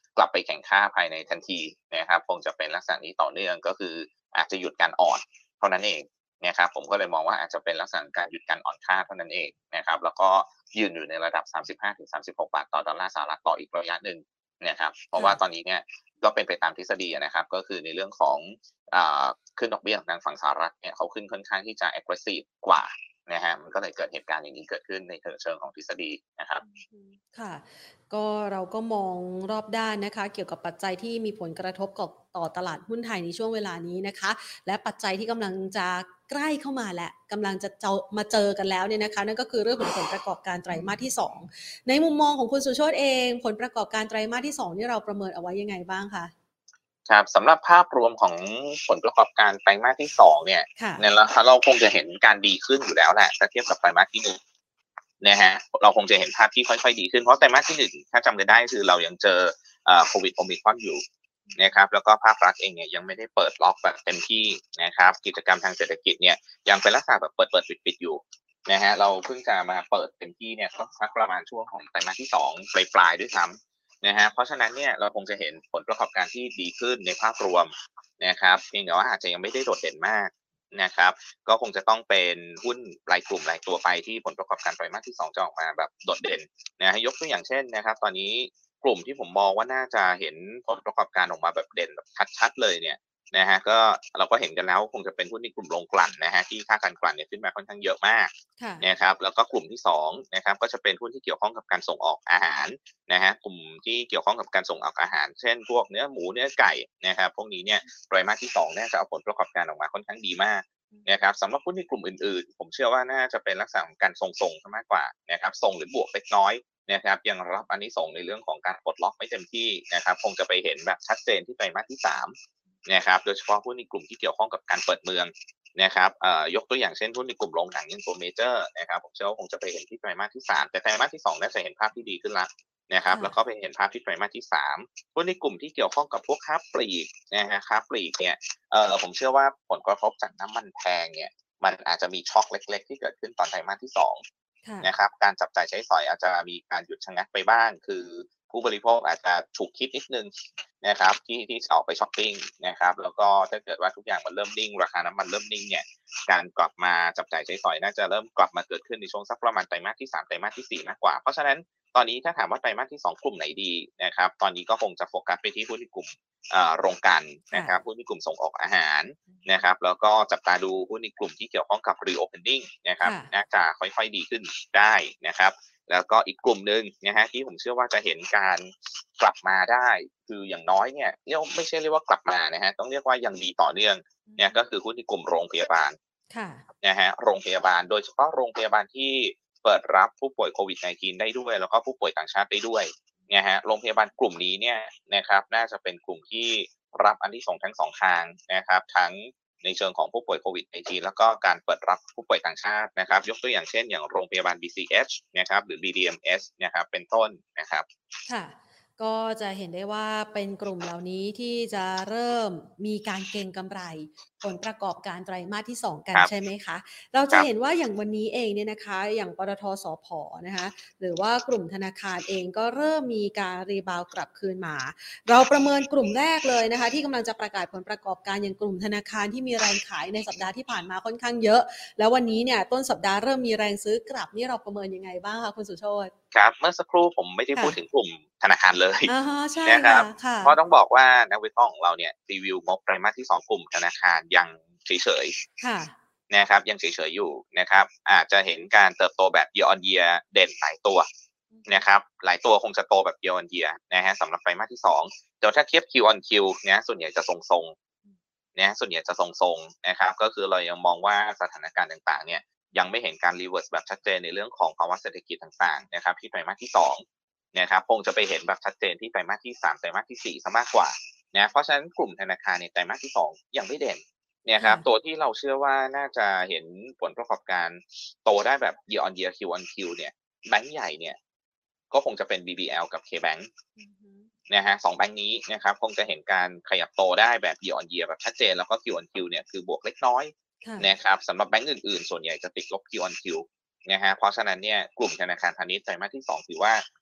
B: กลับไปแข่งค่าภายในทันทีนะครับคงจะเป็นลักษณะนี้ต่อเนื่องก็คืออาจจะหยุดการอ่อนเท่านั้นเองนะครับผมก็เลยมองว่าอาจจะเป็นลักษณะการหยุดการอ่อนค่าเท่านั้นเองนะครับแล้วก็ยืนอยู่ในระดับ สามสิบห้าถึงสามสิบหก บาทต่อดอลลาร์สหรัฐต่ออีกระยะหนึ่งนะครับเพราะว่าตอนนี้เนี่ยก็เป็นไปตามทฤษฎีนะครับก็คือในเรื่องของอ่าขึ้นดอกเบี้ยของทางฝั่งสหรัฐเนี่ยเขาขึ้นค่อนข้างที่จะ aggressive กว่านะฮะมันก็เลยเกิดเหตุการณ์อย่างนี้เกิดขึ้นในเชิงของทฤษฎีนะครับ
A: ค่ะก็เราก็มองรอบด้านนะคะเกี่ยวกับปัจจัยที่มีผลกระทบกับต่อตลาดหุ้นไทยในช่วงเวลานี้นะคะและปัจจัยที่กำลังจะใกล้เข้ามาและกำลังจะเจอมาเจอกันแล้วเนี่ยนะคะนั่นก็คือเรื่องของผลประกอบการไตรมาสที่สองในมุมมองของคุณสุโชติเองผลประกอบการไตรมาสที่สองนี่เราประเมินเอาไว้ยังไงบ้างคะ
B: ครับสำหรับภาพรวมของผลประกอบการไตรมาสที่สองเนี่ยเนี่ยเราคงจะเห็นการดีขึ้นอยู่แล้วแหละถ้าเทียบกับไตรมาสที่หนึ่งนะฮะเราคงจะเห็นภาพที่ค่อยๆดีขึ้นเพราะไตรมาสที่หนึ่งถ้าจำกันได้คือเรายังเจอโควิดโอมิครอนอยู่นะครับแล้วก็ภาครัฐเองเนี่ยยังไม่ได้เปิดล็อกแบบเต็มที่นะครับกิจกรรมทางเศรษฐกิจเนี่ยยังเป็นลักษณะแบบเปิดเปิดปิดปิดอยู่นะฮะเราเพิ่งจะมาเปิดเต็มที่เนี่ยก็สักประมาณช่วงของไตรมาสที่สองปลายๆด้วยซ้ำนะฮะเพราะฉะนั้นเนี่ยเราคงจะเห็นผลประกอบการที่ดีขึ้นในภาพรวมนะครับเพียงแต่ว่าอาจจะยังไม่ได้โดดเด่นมากนะครับก็คงจะต้องเป็นหุ้นรายกลุ่มรายตัวไปที่ผลประกอบการไตรมาสที่สองจะออกมาแบบโดดเด่นนะฮะยกตัวอย่างเช่นนะครับตอนนี้กลุ่มที่ผมมองว่าน่าจะเห็นผลประกอบการออกมาแบบเด่นแบบชัดๆเลยเนี่ยนะฮะก็เราก็เห็นกันแล้วคงจะเป็นหุ้นในกลุ่มโรงกลั่นนะฮะที่ค่าการกลั่นเนี่ยขึ้นมาค่อนข้างเยอะมากนะครับแล้วก็กลุ่มที่สองนะครับก็จะเป็นหุ้นที่เกี่ยวข้องกับการส่งออกอาหารนะฮะกลุ่มที่เกี่ยวข้องกับการส่งออกอาหารเช่นพวกเนื้อหมูเนื้อไก่นะครับพวกนี้เนี่ยไตรมาสที่สองเนี่ยจะเอาผลประกอบการออกมาค่อนข้างดีมากนะครับสำหรับหุ้นในกลุ่มอื่นๆผมเชื่อว่าน่าจะเป็นลักษณะของการทรงๆมากกว่านะครับทรงหรือบวกเล็กน้อยนะครับยังรับอานิสงส์ในเรื่องของการปลดล็อกไม่เต็มที่นะครับคงจะไปเห็นแบบชัดเจนที่ไตรมาสที่สามนะครับโดยเฉพาะหุ้นในกลุ่มที่เกี่ยวข้องกับการเปิดเมืองนะครับเอ่อยกตัวอย่างเช่นหุ้นในกลุ่มโรงหนังอย่างตัวเมเจอร์นะครับผมเชื่อว่าคงจะไปเห็นที่ไตรมาสที่สามแต่ไตรมาสที่สองน่าจะเห็นภาพที่ดีขึ้นละนะครับแล้วก็ไปเห็นภาพที่ไตรมาสที่สามหุ้นในกลุ่มที่เกี่ยวข้องกับพวกค้าปลีกนะฮะค้าปลีกเนี่ยเอ่อผมเชื่อว่าผลกระทบจากน้ำมันแพงเนี่ยมันอาจจะมีช็อคเล็กๆที่เกิดขึ้นตอนไตรมาสที่สองนะครับการจับจ่ายใช้สอยอาจจะมีการหยุดชะงักไปบ้างคือผู้บริโภคอาจจะฉุกคิดนิดนึงนะครับที่ที่จะออกไปช้อปปิ้งนะครับแล้วก็ถ้าเกิดว่าทุกอย่างมันเริ่มนิ่งราคาน้ำมันเริ่มนิ่งเนี่ยการกลับมาจับจ่ายใช้สอยน่าจะเริ่มกลับมาเกิดขึ้นในช่วงสักประมาณไตรมาสที่สามไตรมาสที่สี่มากกว่าเพราะฉะนั้นตอนนี้ถ้าถามว่าไตรมาสที่สองกลุ่มไหนดีนะครับตอนนี้ก็คงจะโฟกัสไปที่หุ้นในกลุ่มโรงกลั่นนะครับหุ้นในกลุ่มส่งออกอาหารนะครับแล้วก็จับตาดูหุ้นในกลุ่มที่เกี่ยวข้องกับ reopening นะครับน่าจะค่อยๆดีขึ้นได้นะครับแล้วก็อีกกลุ่มหนึ่งนะฮะที่ผมเชื่อว่าจะเห็นการกลับมาได้คืออย่างน้อยเนี่ยเรียกไม่ใช่เรียกว่ากลับมานะฮะต้องเรียกว่ายังดีต่อเนื่องเนี่ยก็คือหุ้นในกลุ่มโรงพยาบาลนะฮะโรงพยาบาลโดยเฉพาะโรงพยาบาลที่เปิดรับผู้ป่วยโควิด สิบเก้า ได้ด้วยแล้วก็ผู้ป่วยต่างชาติได้ด้วยนะฮะโรงพยาบาลกลุ่มนี้เนี่ยนะครับน่าจะเป็นกลุ่มที่รับอันที่ส่งทั้งสองทางนะครับทั้งในเชิงของผู้ป่วยโควิด สิบเก้า แล้วก็การเปิดรับผู้ป่วยต่างชาตินะครับยกตัวอย่างเช่นอย่างโรงพยาบาล บี ซี เอช นะครับหรือ บี ดี เอ็ม เอส นะครับเป็นต้นนะครับ
A: ค่ะก็จะเห็นได้ว่าเป็นกลุ่มเหล่านี้ที่จะเริ่มมีการเก็งกำไรผลประกอบการไตรมาสที่สองกันใช่ไหมคะเราจะเห็นว่าอย่างวันนี้เองเนี่ยนะคะอย่างปตท.สผ.นะคะหรือว่ากลุ่มธนาคารเองก็เริ่มมีการรีบาวกลับคืนมาเราประเมินกลุ่มแรกเลยนะคะที่กำลังจะประกาศผลประกอบการอย่างกลุ่มธนาคารที่มีแรงขายในสัปดาห์ที่ผ่านมาค่อนข้างเยอะแล้ววันนี้เนี่ยต้นสัปดาห์เริ่มมีแรงซื้อกลับนี่เราประเมินยังไงบ้างคะคุณสุโชติ
B: ครับเมื่อสักครู่ผมไม่ได้พูดถึงกลุ่มธนาคารเลย
A: นะ
B: ครับเพราะต้องบอกว่านักวิเคราะห์ของเราเนี่ยรีวิวงบไตรมาสที่สองกลุ่มธนาคารยังเฉยๆนะครับยังเฉยๆอยู่นะครับอาจจะเห็นการเติบโตแบบ year on year เด่นหลายตัวนะครับหลายตัวคงจะโตแบบ year on year นะฮะสำหรับไตรมาสที่สองแต่ถ้าเทียบ Q on Q เนี่ยส่วนใหญ่จะทรงๆนะส่วนใหญ่จะทรงๆนะครับก็คือเรายังมองว่าสถานการณ์ต่างๆเนี่ยยังไม่เห็นการรีเวิร์สแบบชัดเจนในเรื่องของภาวะเศรษฐกิจต่างๆนะครับที่ไตรมาสที่สองนะครับคงจะไปเห็นแบบชัดเจนที่ไตรมาสที่สามไตรมาสที่สี่ซะมากกว่านะเพราะฉะนั้นกลุ่มธนาคารในไตรมาสที่สองยังไม่เด่นเนี่ยครับตัวที่เราเชื่อว่าน่าจะเห็นผลประกอบการโตได้แบบ year on year Q on Q เนี่ยแบงก์ใหญ่เนี่ยก็คงจะเป็น บี บี แอล กับ K-Bank นะฮะสองแบงก์นี้นะครับคงจะเห็นการขยับโตได้แบบ year on year แบบชัดเจนแล้วก็ Q on Q เนี่ยคือบวกเล็กน้อยนะครับสำหรับแบงก์อื่นๆส่วนใหญ่จะติดลบ Q on Q นะฮะเพราะฉะนั้นเนี่ยกลุ่มธนาคารพาณิชย์ไตรมาสที่สองถือว่า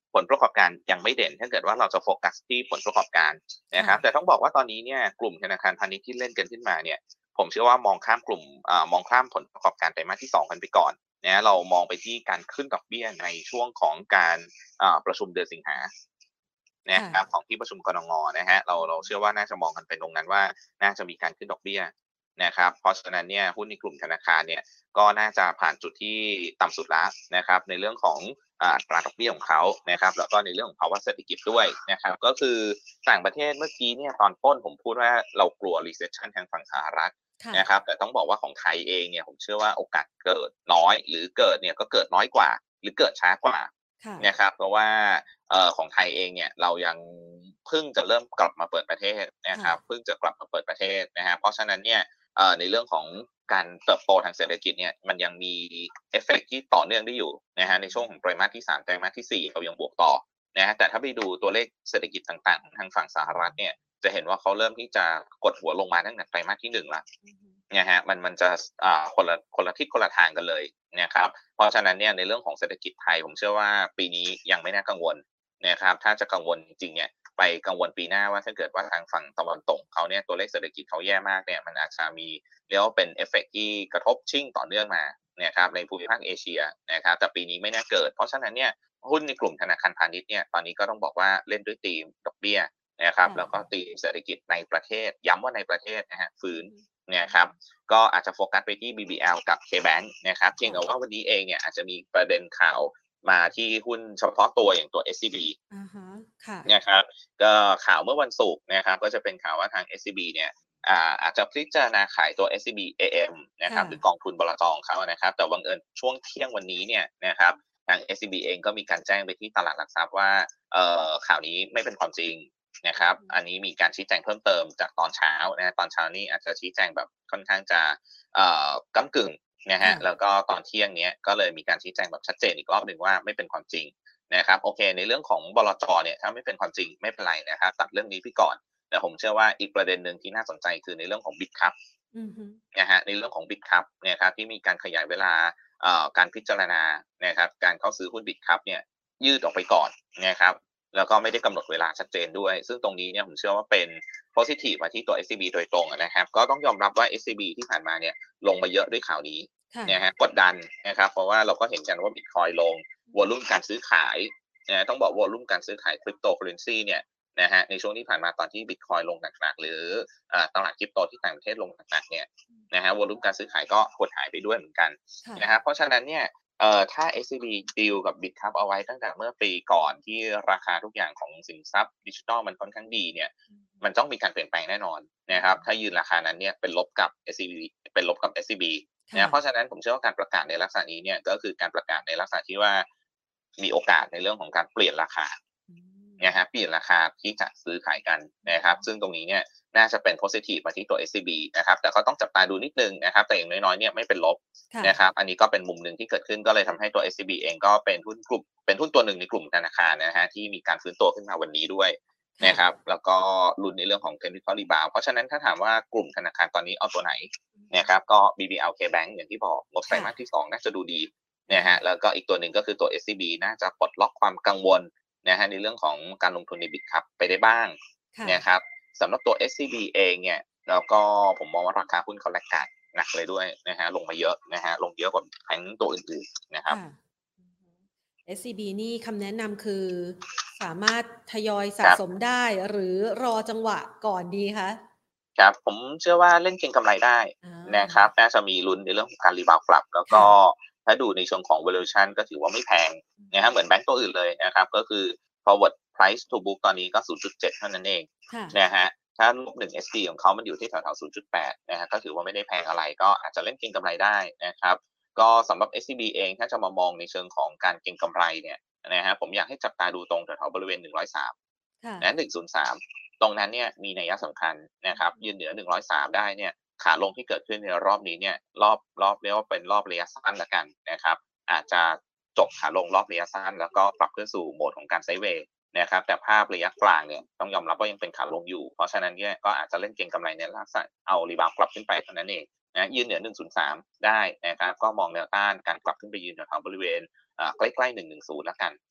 B: ผลประกอบการยังไม่เด่นถ้าเกิดว่าเราจะโฟกัสที่ผลประกอบการนะครับแต่ต้องบอกว่าตอนนี้เนี่ยกลุ่มธนาคารพาณิชย์ที่เล่นกันขึ้นมาเนี่ยผมเชื่อว่ามองข้ามกลุ่มอ่ามองข้ามผลประกอบการไตรมาสที่สองกันไปก่อนนะเรามองไปที่การขึ้นดอกเบี้ยในช่วงของการอ่าประชุมเดือนสิงหานะครับของที่ประชุมกนงนะฮะเราเราเชื่อว่าน่าจะมองกันเป็นตรงนั้นว่าน่าจะมีการขึ้นดอกเบี้ยนะครับเพราะฉะนั้นเนี่ยหุ้นในกลุ่มธนาคารเนี่ยก็น่าจะผ่านจุดที่ต่ำสุดแล้วนะครับในเรื่องของอัตราดอกเบี้ยของเขานะครับแล้วก็ในเรื่องของภาวะเศรษฐกิจด้วยนะครับก็คือต่างประเทศเมื่อกี้เนี่ยตอนต้นผมพูดว่าเรากลัว recession ทางฝั่งสหรัฐนะครับแต่ต้องบอกว่าของไทยเองเนี่ยผมเชื่อว่าโอกาสเกิดน้อยหรือเกิดเนี่ยก็เกิดน้อยกว่าหรือเกิดช้ากว่านะครับเพราะว่าเอ่อของไทยเองเนี่ยเรายังเพิ่งจะเริ่มกลับมาเปิดประเทศนะครับเพิ่งจะกลับมาเปิดประเทศนะฮะเพราะฉะนั้นเนี่ยเอ่อในเรื่องของการเติบโตทางเศรษฐกิจเนี่ยมันยังมีเอฟเฟกต์ที่ต่อเนื่องได้อยู่นะฮะในช่วงของไตรมาสที่สามไตรมาสที่สี่เรายังบวกต่อนะฮะแต่ถ้าไปดูตัวเลขเศรษฐกิจต่างๆของทางฝั่งสหรัฐเนี่ยจะเห็นว่าเขาเริ่มที่จะกดหัวลงมาตั้งแต่ไตรมาสที่หนึ่งแล้วนะฮะมันมันจะอ่าคนละคนละทิศคนละทางกันเลยนะครับเพราะฉะนั้นเนี่ยในเรื่องของเศรษฐกิจไทยผมเชื่อว่าปีนี้ยังไม่น่ากังวลนะครับถ้าจะกังวลจริงๆเนี่ยไปกังวลปีหน้าว่าถ้าเกิดว่าทางฝั่งตะวันตกเขาเนี่ยตัวเลขเศรษฐกิจเขาแย่มากเนี่ยมันอาจจะมีเรียกว่าเป็นเอฟเฟกต์ที่กระทบชิ่งต่อเนื่องมานะครับในภูมิภาคเอเชียนะครับแต่ปีนี้ไม่น่าเกิดเพราะฉะนั้นเนี่ยหุ้นในกลุ่มธนาคารพาณิชย์เนี่ยตอนนี้ก็ต้องบอกว่าเล่นด้วยธีมดอกเบี้ยนะครับแล้วก็ธีมเศรษฐกิจในประเทศย้ำว่าในประเทศนะฮะฟื้นเนี่ยครับก็อาจจะโฟกัสไปที่ บี บี แอล กับ K-Bank นะครับเพียงแต่ว่าวันนี้เองเนี่ยอาจจะมีประเด็นข่าวมาที่หุ้นเฉพาะตัวอย่างตัว เอส ซี บี
A: อ่าฮะค่ะ
B: นะครับก็ข่าวเมื่อวันศุกร์นะครับก็จะเป็นข่าวว่าทาง เอส ซี บี เนี่ยอ่าอาจจะพิจารณาขายตัว เอส ซี บี เอ เอ็ม นะครับหรือกองทุนบลจของเขานะครับแต่บังเอิญช่วงเที่ยงวันนี้เนี่ยนะครับทาง เอส ซี บี เองก็มีการแจ้งไปที่ตลาดหลักทรัพย์ว่าเอ่อข่าวนี้ไม่เป็นความจริงนะครับอันนี้มีการชี้แจงเพิ่มเติมจากตอนเช้านะตอนเช้านี้อาจจะชี้แจงแบบค่อนข้างจะเอ่อก้ำกึ่งนะฮะแล้วก็ตอนเที่ยงเนี้ยก็เลยมีการชี้แจงแบบชัดเจนอีกรอบหนึ่งว่าไม่เป็นความจริงนะครับโอเคในเรื่องของบลจเนี่ยถ้าไม่เป็นความจริงไม่เป็นไรนะครับตัดเรื่องนี้ไปก่อนแต่ผมเชื่อว่าอีกประเด็นหนึ่งที่น่าสนใจคือในเรื่องของ Big Cup นะฮะในเรื่องของ Big Cup เนี่ยครับที่มีการขยายเวลาเอ่อการพิจารณานะครับการเข้าซื้อหุ้น Big Cup เนี่ยยืดออกไปก่อนนะครับแล้วก็ไม่ได้กำหนดเวลาชัดเจนด้วยซึ่งตรงนี้เนี่ยผมเชื่อว่าเป็น positive มาที่ตัว เอส ซี บี โดยตรงนะครับก็ต้องยอมรับว่า เอส ซี บี ที่ผ่านมาเนี่ยลงมาเยอะด้วยข่าวนี้นะฮะกดดันนะครับเพราะว่าเราก็เห็นกันว่า Bitcoin ลงวอลุ่มการซื้อขายนะต้องบอกวอลุ่มการซื้อขายคริปโตเคอเรนซีเนี่ยนะฮะในช่วงที่ผ่านมาตอนที่ Bitcoin ลงหนักๆหรืออ่าตลาดคริปโตที่ต่างประเทศลงหนักๆเนี่ยนะฮะวอลุ่มการซื้อขายก็หดหายไปด้วยเหมือนกันนะครับเพราะฉะนั้นเนี่ยเอ่อถ้า เอส ซี บี ดีลกับ Bitcup เอาไว้ตั้งแต่เมื่อปีก่อนที่ราคาทุกอย่างของสินทรัพย์ดิจิทัลมันค่อนข้างดีเนี่ยมันต้องมีการเปลี่ยนแปลงแน่นอนนะครับถ้ายืนราคานั้นเนี่ยเป็นลบกับ เอส ซี บี เป็นลบกับ เอส ซี บี นะเพราะฉะนั้นผมเชื่อว่าการประกาศในลักษณะนี้เนี่ยก็คือการประกาศในลักษณะที่ว่ามีโอกาสในเรื่องของการเปลี่ยนราคานะฮะเปลี่ยนราคาที่จะซื้อขายกันนะครับซึ่งตรงนี้เนี่ยน่าจะเป็น positive มาที่ตัว เอส ซี บี นะครับแต่ก็ต้องจับตาดูนิดนึงนะครับแต่อย่างน้อยๆเนี่ยไม่เป็นลบนะครับอันนี้ก็เป็นมุมหนึ่งที่เกิดขึ้นก็เลยทำให้ตัว เอส ซี บี เองก็เป็นหุ้นกลุ่มเป็นหุ้นตัวหนึ่งในกลุ่มธนาคารนะฮะที่มีการฟื้นตัวขึ้นมาวันนี้ด้วยนะครับแล้วก็ลุ้นในเรื่องของ technical rebound เพราะฉะนั้นถ้าถามว่ากลุ่มธนาคารตอนนี้เอาตัวไหนนะครับก็ บี บี แอล K-Bank อย่างที่บอกงบไตรมาสที่สองน่าจะดูดีนะฮะแล้วก็อีกตัวหนึ่งก็คือตัว เอส ซี บี น่าจะปลดล็อกความกังวลนะฮะในเรื่องของการลงทุนใน Big Cup ไปได้บ้างนะครับสำหรับตัว เอส ซี บี เองเนี่ยแล้วก็ผมมองว่าราคาหุ้นเขาแลกขาดหนักเลยด้วยนะฮะลงมาเยอะนะฮะลงเยอะกว่าแบงก์ตัวอื่นๆนะครับ
A: เอส ซี บี นี่คำแนะนำคือสามารถทยอยสะสมได้หรือรอจังหวะก่อนดีคะ
B: ครับผมเชื่อว่าเล่นเก็งกำไรได้นะครับน่าจะมีลุ้นในเรื่องของการรีบาวกลับแล้วก็ถ้าดูในเชิงของ valuation ก็ถือว่าไม่แพงนะฮะเหมือนแบงก์ตัวอื่นเลยนะครับก็คือ forward price to book ตอนนี้ก็ ศูนย์จุดเจ็ด เท่านั้นเองนะฮะถ้าลบหนึ่ง เอส ดี ของเขามันอยู่ที่แถวๆ ศูนย์จุดแปด นะฮะก็ถือว่าไม่ได้แพงอะไรก็อาจจะเล่นเก็งกำไรได้นะครับก็สำหรับ เอส ซี บี เองถ้าจะมามองในเชิงของการเก็งกำไรเนี่ยนะฮะผมอยากให้จับตาดูตรงแถวๆบริเวณหนึ่งร้อยสามนะหนึ่งศูนย์สามตรงนั้นเนี่ยมีนัยสำคัญนะครับยืนเหนือหนึ่งร้อยสามได้เนี่ยขาลงที่เกิดขึ้นในรอบนี้เนี่ยรอบรอบเรียกว่าเป็นรอบระยะสั้นละกันนะครับอาจจะจบขาลงรอบระยะสั้นแล้วก็กลับขึ้นสู่โหมดของการไซด์เวย์นะครับแต่ภาพระยะกลางเนี่ยต้องยอมรับว่ายังเป็นขาลงอยู่เพราะฉะนั้นเนี่ยก็อาจจะเล่นเก็งกำไรในลักษณะเอารีบาวกลับขึ้นไปเท่านั้นเองนะยืนเหนือหนึ่งศูนย์สามได้นะครับก็มองแนวต้านการกลับขึ้นไปยืนแถวๆบริเวณใกล้ๆหนึ่งร้อยสิบแล้วกัน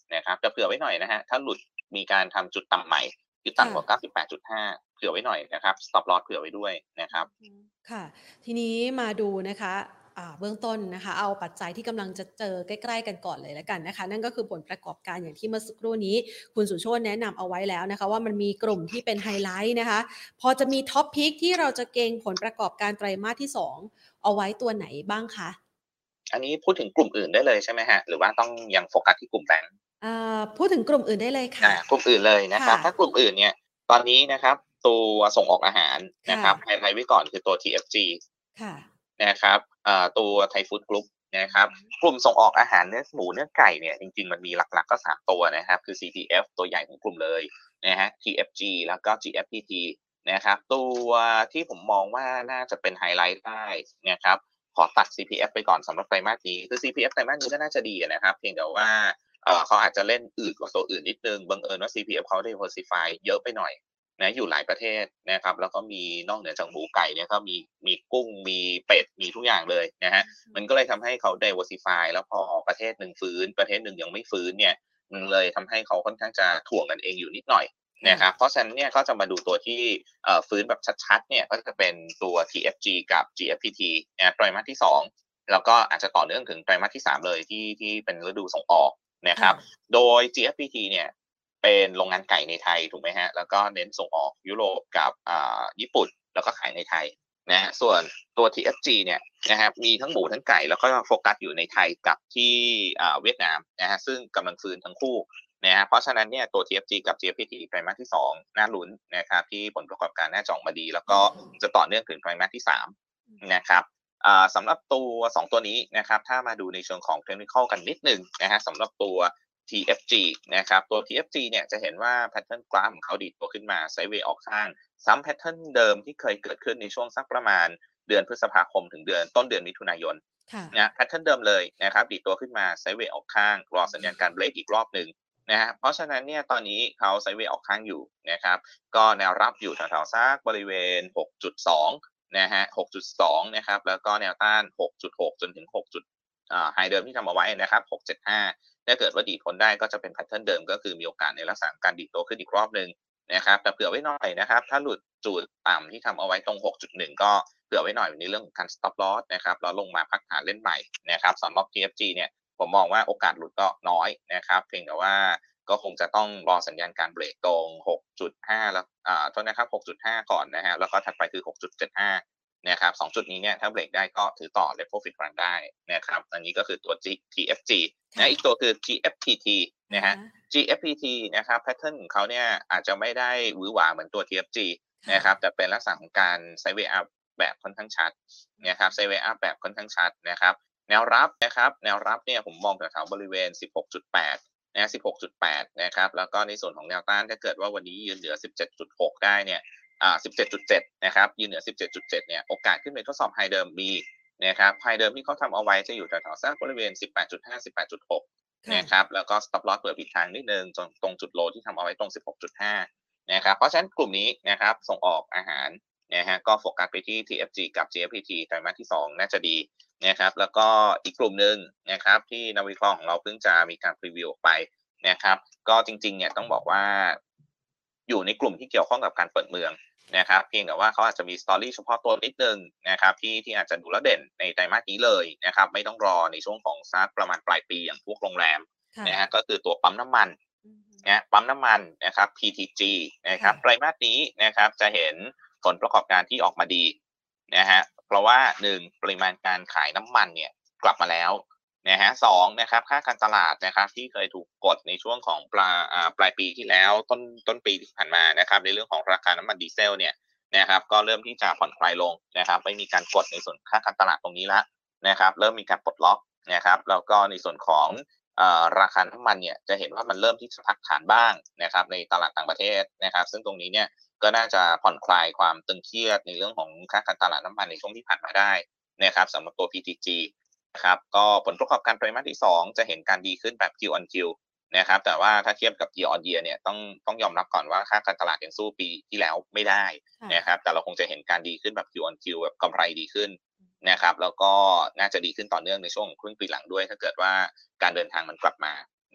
B: นะครับแต่เผื่อไว้หน่อยนะฮะถ้าหลุดมีการทำจุดต่ำใหม่ที่ต่ำกว่า เก้าสิบแปดจุดห้า เผื่อไว้หน่อยนะครับ stop loss เผื่อไว้ด้วยนะครับ
A: ค่ะทีนี้มาดูนะคะเบื้องต้นนะคะเอาปัจจัยที่กำลังจะเจอใกล้ๆกันก่อนเลยแล้วกันนะคะนั่นก็คือผลประกอบการอย่างที่เมื่อสักครู่นี้คุณสุโชติแนะนำเอาไว้แล้วนะคะว่ามันมีกลุ่มที่เป็นไฮไลท์นะคะพอจะมีท็อปพิกที่เราจะเก็งผลประกอบการไตรมาสที่สองเอาไว้ตัวไหนบ้างคะ
B: อันนี้พูดถึงกลุ่มอื่นได้เลยใช่ไหมฮะหรือว่าต้องยังโฟกัสที่กลุ่มแบงก์
A: พูดถึงกลุ่มอื่นได้เลยค่ะ
B: กลุ่มอื่นเลยนะครับถ้ากลุ่มอื่นเนี่ยตอนนี้นะครับตัวส่งออกอาหารนะครับไฮไลท์ไว้ก่อนคือตัว ที เอฟ จี
A: ค่ะ
B: นะครับตัวไทยฟู้ดกรุ๊ปนะครับกลุ่มส่งออกอาหารเนื้อหมูเนื้อไก่เนี่ยจริงๆมันมีหลักๆก็สามตัวนะครับคือ ซี พี เอฟ ตัวใหญ่ของกลุ่มเลยนะฮะ ที เอฟ จี แล้วก็ จี เอฟ พี ที นะครับตัวที่ผมมองว่าน่าจะเป็นไฮไลท์ได้นะครับขอตัด ซี พี เอฟ ไปก่อนสำหรับไตรมาสนี้คือ ซี พี เอฟ ไตรมาสนี้ก็น่าจะดีนะครับเพียงแต่ว่าเขาอาจจะเล่นอืดกว่าตัวอื่นนิดนึงบังเอิญว่า ซี พี เอฟ เขา diversify เยอะไปหน่อยนะอยู่หลายประเทศนะครับแล้วก็มีนอกเหนือจากหมูไก่เนี่ยก็มีมีกุ้งมีเป็ดมีทุกอย่างเลยนะฮะมันก็เลยทำให้เขา diversify แล้วพอประเทศหนึ่งฟื้นประเทศหนึ่งยังไม่ฟื้นเนี่ยมันเลยทำให้เขาค่อนข้างจะถ่วงกันเองอยู่นิดหน่อยนะครับเพราะฉะนั้นเนี่ยก็จะมาดูตัวที่ฟื้นแบบชัดๆเนี่ยก็จะเป็นตัว ที เอฟ จี กับ จี เอฟ พี ที นะไตรมาสที่สองแล้วก็อาจจะต่อเนื่องถึงไตรมาสที่สามเลยที่ที่เป็นฤดูส่งออกนะครับโดย จี เอฟ พี ที เนี่ยเป็นโรงงานไก่ในไทยถูกไหมฮะแล้วก็เน้นส่งออกยุโรปกับญี่ปุ่นแล้วก็ขายในไทยนะส่วนตัว ที เอฟ จี เนี่ยนะครับมีทั้งหมูทั้งไก่แล้วก็โฟกัสอยู่ในไทยกับที่เวียดนามนะฮะซึ่งกำลังฟื้นทั้งคู่นะฮะเพราะฉะนั้นเนี่ยตัว ที เอฟ จี กับ จี เอฟ พี ที ไตรมาสที่สองน่าลุ้นนะครับที่ผลประกอบการน่าจะออกมาดีแล้วก็จะต่อเนื่องถึงไตรมาสที่สามนะครับสำหรับตัวสองตัวนี้นะครับถ้ามาดูในเชิงของเทคนิคกันนิดนึงนะฮะสำหรับตัว ที เอฟ จี นะครับตัว ที เอฟ จี เนี่ยจะเห็นว่าแพทเทิร์นกราฟของเขาดีดตัวขึ้นมาไซด์เวย์ออกข้างซ้ำแพทเทิร์นเดิมที่เคยเกิดขึ้นในช่วงสักประมาณเดือนพฤษภาคมถึงเดือนต้นเดือนมิถุนายนนะแพทเทิร์นเดิมเลยนะครับดีดตัวขึ้นมาไซด์เวย์ออกข้างรอสัญญาณการเบรกอีกรอบหนึ่งนะฮะเพราะฉะนั้นเนี่ยตอนนี้เขาไซด์เวย์ออกข้างอยู่นะครับก็แนวรับอยู่แถวๆซักบริเวณ หกจุดสอง นะฮะ หกจุดสอง นะครับแล้วก็แนวต้าน หกจุดหก จนถึง หก อ่าไฮเดิมที่ทำเอาไว้นะครับ หกจุดเจ็ดห้า ถ้าเกิดว่าดีดพ้นได้ก็จะเป็นแพทเทิร์นเดิมก็คือมีโอกาสในลักษณะการดีดตัวขึ้นอีกรอบนึงนะครับแต่เผื่อไว้หน่อยนะครับถ้าหลุดจุดต่ำที่ทำเอาไว้ตรง หกจุดหนึ่ง ก็เผื่อไว้หน่อยในเรื่องของการ stop loss นะครับแล้วลงมาพักฐานเล่นใหม่นะครับสำหรับ ที เอฟ จี เนี่ยผมมองว่าโอกาสหลุดก็น้อยนะครับเพียงแต่ว่าก็คงจะต้องรอสัญญาณการเบรกตรง หกจุดห้า แล้วอ่าโทษนะครับ หกจุดห้า ก่อนนะฮะแล้วก็ถัดไปคือ หกจุดเจ็ดห้านะครับสองจุดนี้เนี่ยถ้าเบรกได้ก็ถือต่อ level fit run ได้นะครับอันนี้ก็คือตัว ที เอฟ จี นะอีกตัวคือ จี เอฟ พี ที นะฮะ จี เอฟ พี ที นะครับแพทเทิร์นของเขาเนี่ยอาจจะไม่ได้หวือหวาเหมือนตัว ที เอฟ จี นะครับแต่เป็นลักษณะของการไซด์เวย์อัพแบบค่อนข้างชัดนะครับไซด์เวย์อัพแบบค่อนข้างชัดนะครับแนวรับนะครับแนวรับเนี่ยผมมองแถวๆบริเวณ สิบหกจุดแปด นะ สิบหกจุดแปด นะครับแล้วก็ในส่วนของแนวต้านถ้าเกิดว่าวันนี้ยืนเหนือ สิบเจ็ดจุดหก ได้เนี่ยอ่า สิบเจ็ดจุดเจ็ด นะครับยืนเหนือ สิบเจ็ดจุดเจ็ด เนี่ยโอกาสขึ้นไปทดสอบไฮเดิมมีนะครับไฮเดิมที่เขาทำเอาไว้จะอยู่แถวๆสักบริเวณ สิบแปดจุดห้า สิบแปดจุดหก นะครับแล้วก็ stop loss เปิดผิดทางนิดนึงตรงตรงจุดโลที่ทำเอาไว้ตรง สิบหกจุดห้า นะครับเพราะฉะนั้นกลุ่มนี้นะครับส่งออกอาหารนะฮะก็โฟกัสไปที่ ที เอฟ จี กับ จี เอฟ พี ที ไตรมาสที่สองน่าจะดีนะครับแล้วก็อีกกลุ่มนึงนะครับที่นักวิเคราะห์ของเราเพิ่งจะมีการพรีวิวออกไปนะครับก็จริงๆเนี่ยต้องบอกว่าอยู่ในกลุ่มที่เกี่ยวข้องกับการเปิดเมืองนะครับเพียงแต่ว่าเขาอาจจะมีสตอรี่เฉพาะตัวนิดนึงนะครับที่ที่อาจจะดูแลเด่นในไตรมาสนี้เลยนะครับไม่ต้องรอในช่วงของซักประมาณปลายปีอย่างพวกโรงแรมนะฮะก็คือตัวปั๊มน้ำมันนะปั๊มน้ำมันนะครับ พี ที จี นะครับไตรมาสนี้นะครับจะเห็นผลประกอบการที่ออกมาดีนะฮะเพราะว่าหนึ่งปริมาณการขายน้ำมันเนี่ยกลับมาแล้วนะฮะสองนะครับค่าการตลาดนะครับที่เคยถูกกดในช่วงของปลาอ่าปลายปีที่แล้วต้นต้นปีที่ผ่านมานะครับในเรื่องของราคาน้ำมันดีเซลเนี่ยนะครับก็เริ่มที่จะผ่อนคลายลงนะครับไม่มีการกดในส่วนค่าการตลาดตรงนี้ละนะครับเริ่มมีการปลดล็อกนะครับแล้วก็ในส่วนของราคาน้ำมันเนี่ยจะเห็นว่ามันเริ่มที่จะพักฐานบ้างนะครับในตลาดต่างประเทศนะครับซึ่งตรงนี้เนี่ยก็น่าจะผ่อนคลายความตึงเครียดในเรื่องของค่าการตลาดน้ำมันในช่วงที่ผ่านมาได้นะครับสำหรับตัว พี ที จี นะครับก็ผลประกอบการไตรมาสที่สองจะเห็นการดีขึ้นแบบ Q on Q นะครับแต่ว่าถ้าเทียบกับ Year on Year เนี่ยต้องต้องยอมรับก่อนว่าค่าการตลาดยังสู้ปีที่แล้วไม่ได้นะครับแต่เราคงจะเห็นการดีขึ้นแบบ Q on Q แบบกำไรดีขึ้นนะครับแล้วก็น่าจะดีขึ้นต่อเนื่องในช่วงครึ่งปีหลังด้วยถ้าเกิดว่าการเดินทางมันกลับมา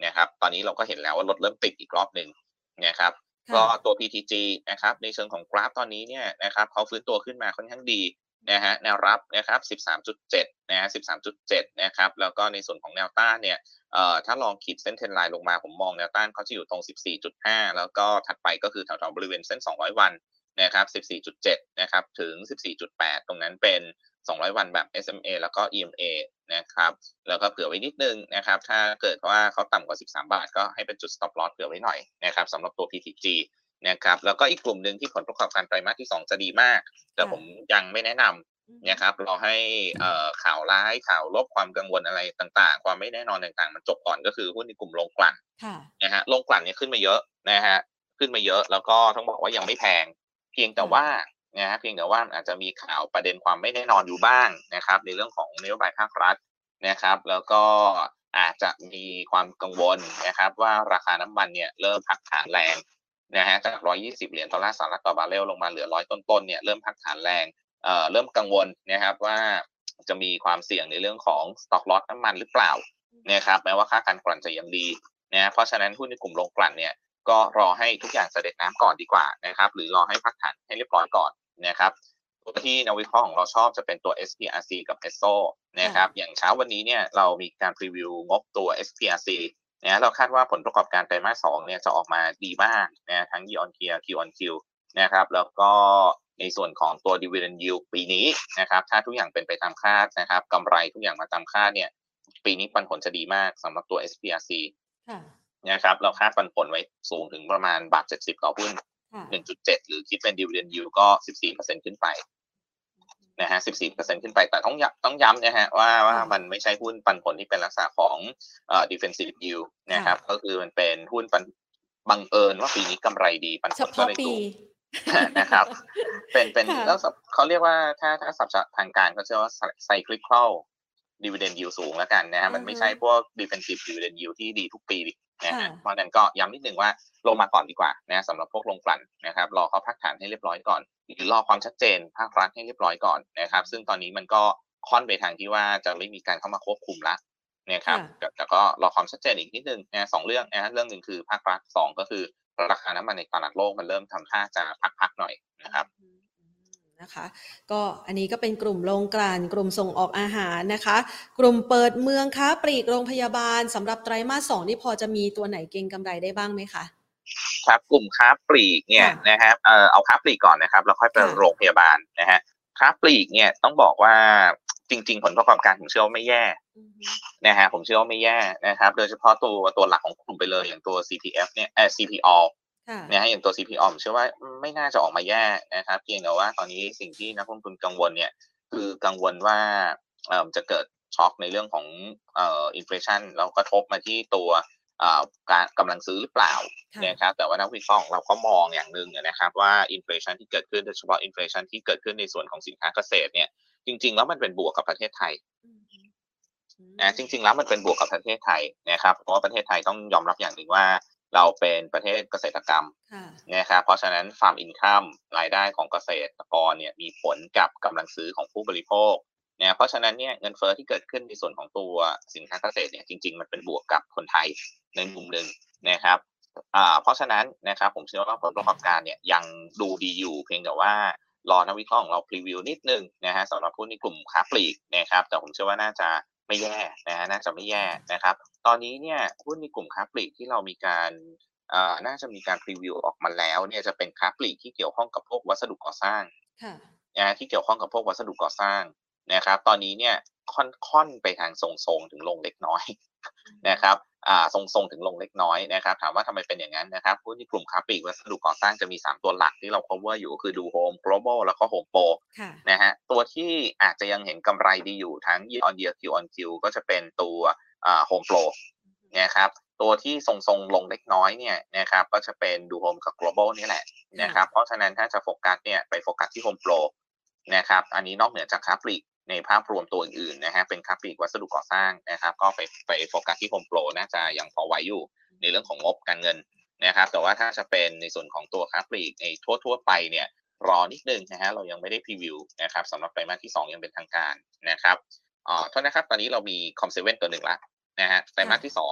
B: นะครับตอนนี้เราก็เห็นแล้วว่ารถเริ่มติดอีกรอบหนึ่งนะครับก็ตัว พี ที จี นะครับในเชิงของกราฟตอนนี้เนี่ยนะครับเขาฟื้นตัวขึ้นมาค่อนข้างดีนะฮะแนวรับนะครับ สิบสามจุดเจ็ด นะฮะ สิบสามจุดเจ็ด นะครับแล้วก็ในส่วนของแนวต้านเนี่ยเอ่อถ้าลองขีดเส้นเทรนไลน์ลงมาผมมองแนวต้านเขาจะอยู่ตรง สิบสี่จุดห้า แล้วก็ถัดไปก็คือแถวๆบริเวณเส้นสองร้อยวันนะครับ สิบสี่จุดเจ็ด นะครับถึง สิบสี่จุดแปด ตรงนั้นเป็นสองร้อยวันแบบ เอส เอ็ม เอ แล้วก็ อี เอ็ม เอ นะครับแล้วก็เผื่อไว้นิดนึงนะครับถ้าเกิดว่าเขาต่ำกว่าสิบสามบาทก็ให้เป็นจุด stop loss เผื่อไว้หน่อยนะครับสำหรับตัว พี ที จี นะครับแล้วก็อีกกลุ่มหนึ่งที่ผลประกอบการไตรมาสที่สองจะดีมากแต่ผมยังไม่แนะนำนะครับรอให้ข่าวร้ายข่าวลบความกังวลอะไรต่างๆความไม่แน่นอนต่างๆมันจบก่อนก็คือหุ้นในกลุ่มโรงกลั่นนะฮะโรงกลั่นเนี่ยขึ้นมาเยอะนะฮะขึ้นมาเยอะแล้วก็ต้องบอกว่ายังไม่แพงเพียงแต่ว่านะฮะเพียงแต่ว่าอาจจะมีข่าวประเด็นความไม่แน่นอนอยู่บ้างนะครับในเรื่องของนโยบายภาครัฐนะครับแล้วก็อาจจะมีความกังวลนะครับว่าราคาน้ำมันเนี่ยเริ่มพักฐานแรงนะฮะจากหนึ่งร้อยยี่สิบเหรียญดอลลาร์สหรัฐต่อบาร์เรลลงมาเหลือร้อยต้นๆเนี่ยเริ่มพักฐานแรงเอ่อเริ่มกังวลนะครับว่าจะมีความเสี่ยงในเรื่องของ stock loss น้ำมันหรือเปล่านะครับแม้ว่าค่าการกลั่นจะยังดีนะเพราะฉะนั้นหุ้นในกลุ่มโรงกลั่นเนี่ยก็รอให้ทุกอย่างเสด็จน้ำก่อนดีกว่านะครับหรือรอให้พักฐานให้เรียบร้อยก่อนนะครับตัวที่นักวิเคราะห์ของเราชอบจะเป็นตัว เอส พี อาร์ ซี กับ เอส โอ นะครับอย่างเช้าวันนี้เนี่ยเรามีการพรีวิวงบตัว เอส พี อาร์ ซี นะเราคาดว่าผลประกอบการไตรมาสสองเนี่ยจะออกมาดีมากนะทั้ง year on year Q on Q นะครับแล้วก็ในส่วนของตัว dividend yield ปีนี้นะครับถ้าทุกอย่างเป็นไปตามคาดนะครับกำไรทุกอย่างมาตามคาดเนี่ยปีนี้ปันผลจะดีมากสำหรับตัว เอส พี อาร์ ซี นะครับเราคาดปันผลไว้สูงถึงประมาณบาทเจ็ดสิบต่อหุ้น หนึ่งจุดเจ็ด หรือคิดเป็น dividend yield ก็ สิบสี่เปอร์เซ็นต์ ขึ้นไปนะฮะ สิบสี่เปอร์เซ็นต์ ขึ้นไปแต่ต้องต้องย้ำนะฮะว่าว่ามันไม่ใช่หุ้นปันผลที่เป็นลักษณะของเอ่อ defensive yield นะครับก็คือมันเป็นหุ้นปันบังเอิญว่าปีนี้กำไรดีปันผลก็เลยสูงนะครับเป็นเป็นแล้วเขาเรียกว่าถ้าถ้าศัพท์ทางการเขาเรียกว่า cyclical dividend yield สูงแล้วกันนะฮะมันไม่ใช่พวก defensive dividend yield ที่ดีทุกปีนะฮะเพราะฉะนั้นก็ย้ำนิดนึงว่าลงมาก่อนดีกว่านะสำหรับพวกโรงกลั่นนะครับรอเขาพักฐานให้เรียบร้อยก่อนหรือรอความชัดเจนภาครัฐให้เรียบร้อยก่อนนะครับซึ่งตอนนี้มันก็ค่อนไปทางที่ว่าจะไม่มีการเข้ามาควบคุมละนะครับแต่ก็รอความชัดเจนอีกนิดนึงนะสองเรื่องนะเรื่องหนึ่งคือภาครัฐสองก็คือราคาน้ำมันในตลาดโลกมันเริ่มทำท่าจะพักๆหน่อยนะครับ
A: นะคะก็อันนี้ก็เป็นกลุ่มโรงกลั่นกลุ่มส่งออกอาหารนะคะกลุ่มเปิดเมืองค้าปลีกโรงพยาบาลสำหรับไตรมาสสองนี่พอจะมีตัวไหนเก็งกำไรได้บ้างไหมคะ
B: ครับกลุ่มค้าปลีกเนี่ยนะครับเอ่อเอาค้าปลีกก่อนนะครับแล้วค่อยไปโรงพยาบาลนะฮะค้าปลีกเนี่ยต้องบอกว่าจริงๆผลประกอบการผมเชื่อว่าไม่แย่นะฮะผมเชื่อว่าไม่แย่นะครับโดยเฉพาะตัวตัวหลักของกลุ่มไปเลยอย่างตัว ซี พี เอฟ เนี่ยเอ่อ ซี พี โอ นะฮะอย่างตัว ซี พี โอ ผมเชื่อว่าไม่น่าจะออกมาแย่นะครับเพียงแต่ว่าตอนนี้สิ่งที่นักลงทุนกังวลเนี่ยคือกังวลว่าเอ่อจะเกิดช็อคในเรื่องของเอ่ออินเฟลชันแล้วกระทบมาที่ตัวการกำลังซื้อหรือเปล่านะครับแต่ว่านักวิเคราะห์เราก็มองอย่างหนึ่งนะครับว่าอินเฟลชันที่เกิดขึ้นโดยเฉพาะอินเฟลชันที่เกิดขึ้นในส่วนของสินค้าเกษตรเนี่ยจริงๆแล้วมันเป็นบวกกับประเทศไทยนะจริงๆแล้วมันเป็นบวกกับประเทศไทยนะครับเพราะว่าประเทศไทยต้องยอมรับอย่างหนึ่งว่าเราเป็นประเทศเกษตรกรรมนะครับเพราะฉะนั้นฟาร์มอินคัมรายได้ของเกษตรกรเนี่ยมีผลกับกำลังซื้อของผู้บริโภคนะเพราะฉะนั้นเนี่ยเงินเฟ้อที่เกิดขึ้นในส่วนของตัวสินค้าเกษตรเนี่ยจริงๆมันเป็นบวกกับคนไทยในมุมหนึ่งนะครับอ่าเพราะฉะนั้นนะครับผมเชื่อว่าผลประกอบการเนี่ยยังดูดีอยู่เพียงแต่ว่ารอนักวิเคราะห์ของเราพรีวิวนิดนึงนะฮะสำหรับผู้ในกลุ่มค้าปลีกนะครับแต่ผมเชื่อว่าน่าจะไม่แย่นะฮะน่าจะไม่แย่นะครับตอนนี้เนี่ยหุ้นในกลุ่มค้าปลีกที่เรามีการเอ่อน่าจะมีการพรีวิวออกมาแล้วเนี่ยจะเป็นค้าปลีกที่เกี่ยวข้องกับพวกวัสดุก่อสร้างนะที่เกี่ยวข้องกับพวกวัสดุก่อสร้างนะครับตอนนี้เนี่ยค่อนๆไปทางทรงๆถึงลงเล็กน้อยนะครับอ่าทรงๆถึงลงเล็กน้อยนะครับถามว่าทำไมเป็นอย่างนั้นนะครับหุ้นในกลุ่มค้าปลีกวัสดุก่อสร้างจะมีสามตัวหลักที่เรา cover อยู่คือดูโฮม global แล้วก็ Home Pro นะฮะตัวที่อาจจะยังเห็นกำไรดีอยู่ทั้ง year on year Q on Q ก็จะเป็นตัวอ่า Home Pro นะครับตัวที่ทรงๆลงเล็กน้อยเนี่ยนะครับก็จะเป็นดูโฮมกับ global นี่แหละนะครับเพราะฉะนั้นถ้าจะโฟกัสเนี่ยไปโฟกัสที่ Home Pro นะครับอันนี้นอกเหนือจากค้าปลีกในภาพรวมตัวอื่นๆนะฮะเป็นค้าปลีกวัสดุก่อสร้างนะครับก็ไปไปโฟกัสที่ Home Pro น่าจะยังพอไหวอยู่ในเรื่องของงบการเงินนะครับแต่ว่าถ้าจะเป็นในส่วนของตัวค้าปลีกในทั่วๆไปเนี่ยรอนิดนึงนะฮะเรายังไม่ได้พรีวิวนะครับสำหรับไตรมาสที่สองยังเป็นทางการนะครับอ๋อโทษนะครับตอนนี้เรามีคอมเซเว่นตัวหนึ่งละนะฮะไตรมาสที่สอง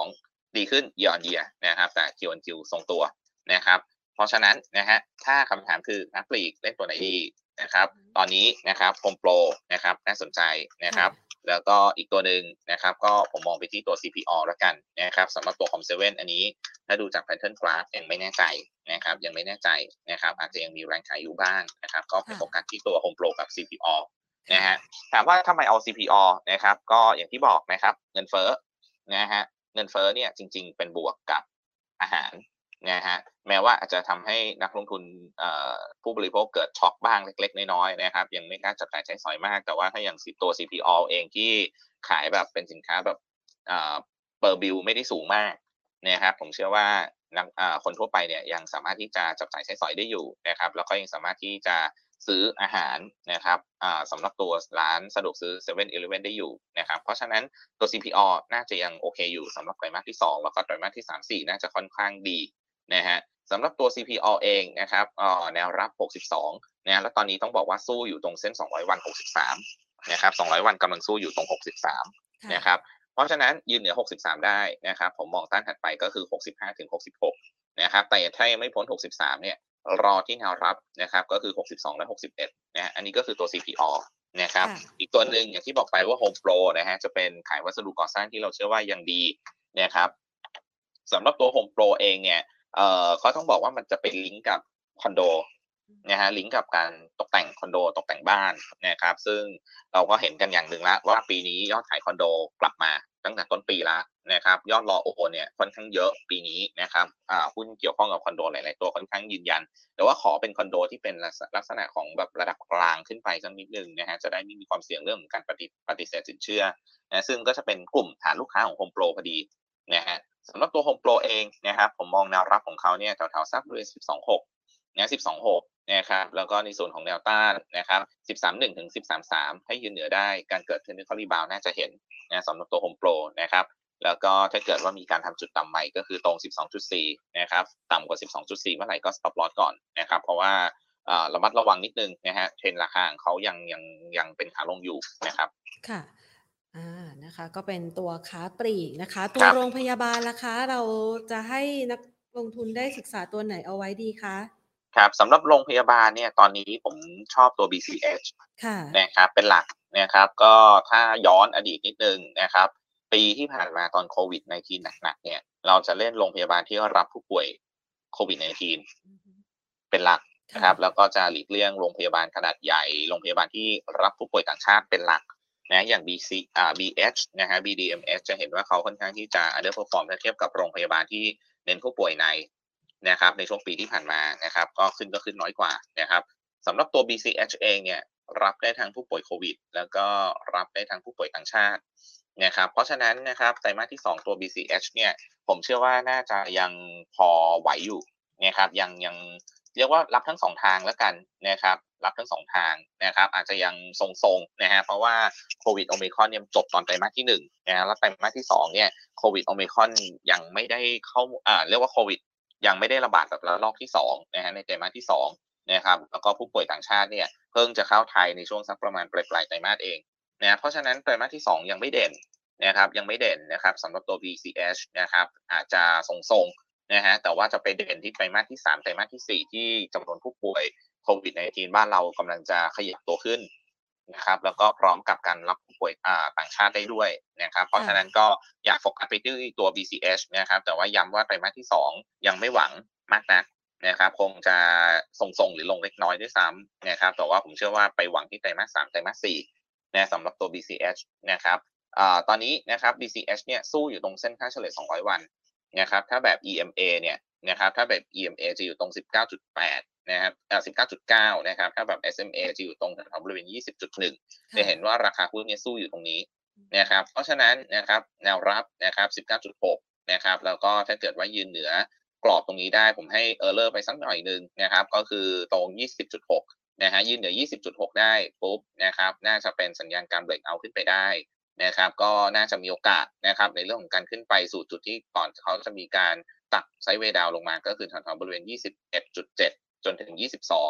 B: ดีขึ้น year on year นะครับแต่ Q on Q ทรงตัวนะครับเพราะฉะนั้นนะฮะถ้าคำถามคือนักปลีกเล่นตัวไหนดีนะครับตอนนี้นะครับ Home Pro นะครับน่าสนใจนะครับแล้วก็อีกตัวหนึ่งนะครับก็ผมมองไปที่ตัว ซี พี อ แล้วกันนะครับสำหรับตัว คอม เซเว่น อันนี้ถ้าดูจาก Pattern Graph ยังไม่แน่ใจนะครับยังไม่แน่ใจนะครับอาจจะยังมีแรงขายอยู่บ้างนะครับก็ไปโฟกัสที่ตัว Home Pro กับ ซี พี อ นะฮะถามว่าทำไมเอา ซี พี อ นะครับก็อย่างที่บอกนะครับเงินเฟ้อนะฮะเงินเฟ้อเนี่ยจริงๆเป็นบวกกับอาหารนะฮะแม้ว่าอาจจะทำให้นักลงทุนผู้บริโภคเกิดช็อกบ้างเล็กๆน้อยๆนะครับยังไม่กล้าจับจ่ายใช้สอยมากแต่ว่าถ้าอย่างตัว ซี พี อ เองที่ขายแบบเป็นสินค้าแบบเปอร์บิลไม่ได้สูงมากนะครับผมเชื่อว่าคนทั่วไปเนี่ยยังสามารถที่จะจับจ่ายใช้สอยได้อยู่นะครับแล้วก็ยังสามารถที่จะซื้ออาหารนะครับสำหรับตัวร้านสะดวกซื้อ เซเว่น อีเลฟเว่น ได้อยู่นะครับเพราะฉะนั้นตัว ซี พี อ น่าจะยังโอเคอยู่สำหรับไตรมาสที่สองแล้วก็ไตรมาสที่ สาม สี่ น่าจะค่อนข้างดีนะฮะสำหรับตัว ซี พี อ เองนะครับแนวรับหกสิบสองนะแล้วตอนนี้ต้องบอกว่าสู้อยู่ตรงเส้นสองร้อยวันหกสิบสามนะครับสองร้อยวันกำลังสู้อยู่ตรงหกสิบสามนะครับเพราะฉะนั้นยืนเหนือหกสิบสามได้นะครับผมมองต้านถัดไปก็คือหกสิบห้าถึงหกสิบหกนะครับแต่ถ้ายังไม่พ้นหกสิบสามเนี่ยรอที่แนวรับนะครับก็คือหกสิบสองและหกสิบเอ็ดนะอันนี้ก็คือตัว ซี พี อ นะครับอีกตัวหนึ่งอย่างที่บอกไปว่า Home Pro นะฮะจะเป็นขายวัสดุก่อสร้างที่เราเชื่อว่ายังดีนะครับสำหรับตัว Home Pro เองเนี่ยเอ่อเขาต้องบอกว่ามันจะเป็นลิงก์กับคอนโดนะฮะลิงก์กับการตกแต่งคอนโดตกแต่งบ้านนะครับซึ่งเราก็เห็นกันอย่างหนึ่งแล้วว่าปีนี้ยอดขายคอนโดกลับมาตั้งแต่ต้นปีแล้วนะครับยอดรอโอเนี่ยค่อนข้างเยอะปีนี้นะครับอ่าหุ้นเกี่ยวข้องกับคอนโดหลายๆตัวค่อนข้างยืนยันแต่ว่าขอเป็นคอนโดที่เป็นลักษณะของแบบระดับกลางขึ้นไปสักนิดนึงนะฮะจะได้ไม่มีความเสี่ยงเรื่องของการปฏิปฏิเสธสินเชื่อนะซึ่งก็จะเป็นกลุ่มฐานลูกค้าของ Home Pro พอดีนะฮะสำหรับตัว Home Pro เองนะครับผมมองแนวรับของเขาเนี่ยแถวๆสักบริเวณสิบสองจุดหกนะสิบสองจุดหกนะครับแล้วก็ในส่วนของแนวต้านนะครับ สิบสามจุดหนึ่ง ถึง สิบสามจุดสาม ให้ยืนเหนือได้การเกิด Technical Rebound น่าจะเห็นนะสำหรับตัว Home Pro นะครับแล้วก็ถ้าเกิดว่ามีการทำจุดต่ำใหม่ก็คือตรง สิบสองจุดสี่ นะครับต่ำกว่า สิบสองจุดสี่ เมื่อไหร่ก็ stop loss ก่อนนะครับเพราะว่าระมัดระวังนิดนึงนะฮะเทรนราคาของเขายังยังยังเป็นขาลงอยู่นะครับ
A: ค่ะอ่านะคะก็เป็นตัวค้าปลีกนะคะตัวโรงพยาบาลล่ะคะเราจะให้นักลงทุนได้ศึกษาตัวไหนเอาไว้ดีคะ
B: ครับสำหรับโรงพยาบาลเนี่ยตอนนี้ผมชอบตัว บี ซี เอช นะครับเป็นหลักนะครับก็ถ้าย้อนอดีตนิดนึงนะครับปีที่ผ่านมาตอนโควิด สิบเก้า หนักๆเนี่ยเราจะเล่นโรงพยาบาลที่รับผู้ป่วยโควิด สิบเก้า เป็นหลักนะครับแล้วก็จะหลีกเลี่ยงโรงพยาบาลขนาดใหญ่โรงพยาบาลที่รับผู้ป่วยต่างชาติเป็นหลักนะอย่าง บี ซี อ่า บี เอช นะฮะ บี ดี เอ็ม เอส จะเห็นว่าเขาค่อนข้างที่จะ underperform ถ้าเทียบกับโรงพยาบาลที่เน้นผู้ป่วยในนะครับในช่วงปีที่ผ่านมานะครับก็ขึ้นก็ขึ้นน้อยกว่านะครับสำหรับตัว บี ซี เอช เองเนี่ยรับได้ทั้งผู้ป่วยโควิดแล้วก็รับได้ทั้งผู้ป่วยต่างชาตินะครับเพราะฉะนั้นนะครับไตรมาสที่สองตัว บี ซี เอช เนี่ยผมเชื่อว่าน่าจะยังพอไหวอยู่นะครับยังยังเรียกว่ารับทั้งสองทางแล้วกันนะครับรับทั้งสองทางนะครับอาจจะยังทรงๆนะฮะเพราะว่าโควิดโอมิครอนเนี่ยจบตอนไตรมาสที่หนึ่งนะฮะแล้วไตรมาสที่สองเนี่ยโควิดโอมิครอนยังไม่ได้เข้าอ่าเรียกว่าโควิดยังไม่ได้ระบาดแบบระลอกที่สองนะฮะในไตรมาสที่สองนะครับแล้วก็ผู้ป่วยต่างชาติเนี่ยเพิ่งจะเข้าไทยในช่วงสักประมาณปลายๆไตรมาสเองนะเพราะฉะนั้นไตรมาสที่สองยังไม่เด่นนะครับยังไม่เด่นนะครับสำหรับตัว บี ซี เอช นะครับอาจจะทรงๆนะฮะแต่ว่าจะไปเด่นที่ไตรมาสที่สามไตรมาสที่สี่ที่จำนวนผู้ป่วยโควิด สิบเก้า บ้านเรากำลังจะขยับตัวขึ้นนะครับแล้วก็พร้อมกับการรับผู้ป่วยต่างชาติได้ด้วยนะครับเพราะฉะนั้นก็อยากโฟกัสไปที่ตัว บี ซี เอช นะครับแต่ว่าย้ำว่าไตรมาสที่สองยังไม่หวังมากนักนะครับคงจะทรงๆหรือลงเล็กน้อยด้วยซ้ำนะครับแต่ว่าผมเชื่อว่าไปหวังที่ไตรมาสสามไตรมาสสี่นะสำหรับตัว บี ซี เอช นะครับตอนนี้นะครับ บี ซี เอช เนี่ยสู้อยู่ตรงเส้นค่าเฉลี่ยสองร้อยวันนะครับถ้าแบบ อี เอ็ม เอ เนี่ยนะครับถ้าแบบ อี เอ็ม เอ จะอยู่ตรง สิบเก้าจุดแปด นะครับอ่า สิบเก้าจุดเก้า นะครับถ้าแบบ เอส เอ็ม เอ จะอยู่ตรงแถวบริเวณ ยี่สิบจุดหนึ่ง จะเห็นว่าราคาหุ้นเนี่ยสู้อยู่ตรงนี้นะครับเพราะฉะนั้นนะครับแนวรับนะครับ สิบเก้าจุดหก นะครับแล้วก็ถ้าเกิดว่ายืนเหนือกรอบตรงนี้ได้ผมให้เออร์เลอร์ไปสักหน่อยนึงนะครับก็คือตรง ยี่สิบจุดหก นะฮะยืนเหนือ ยี่สิบจุดหก ได้ปุ๊บนะครับน่าจะเป็นสัญญาณการเบรกเอาท์ขึ้นไปได้นะครับก็น่าจะมีโอกาสนะครับในเรื่องของการขึ้นไปสู่จุดที่ก่อนเขาจะมีการตัดไซด์เวย์ดาวลงมาก็คือแถวๆบริเวณ ยี่สิบเอ็ดจุดเจ็ด จนถึงยี่สิบสอง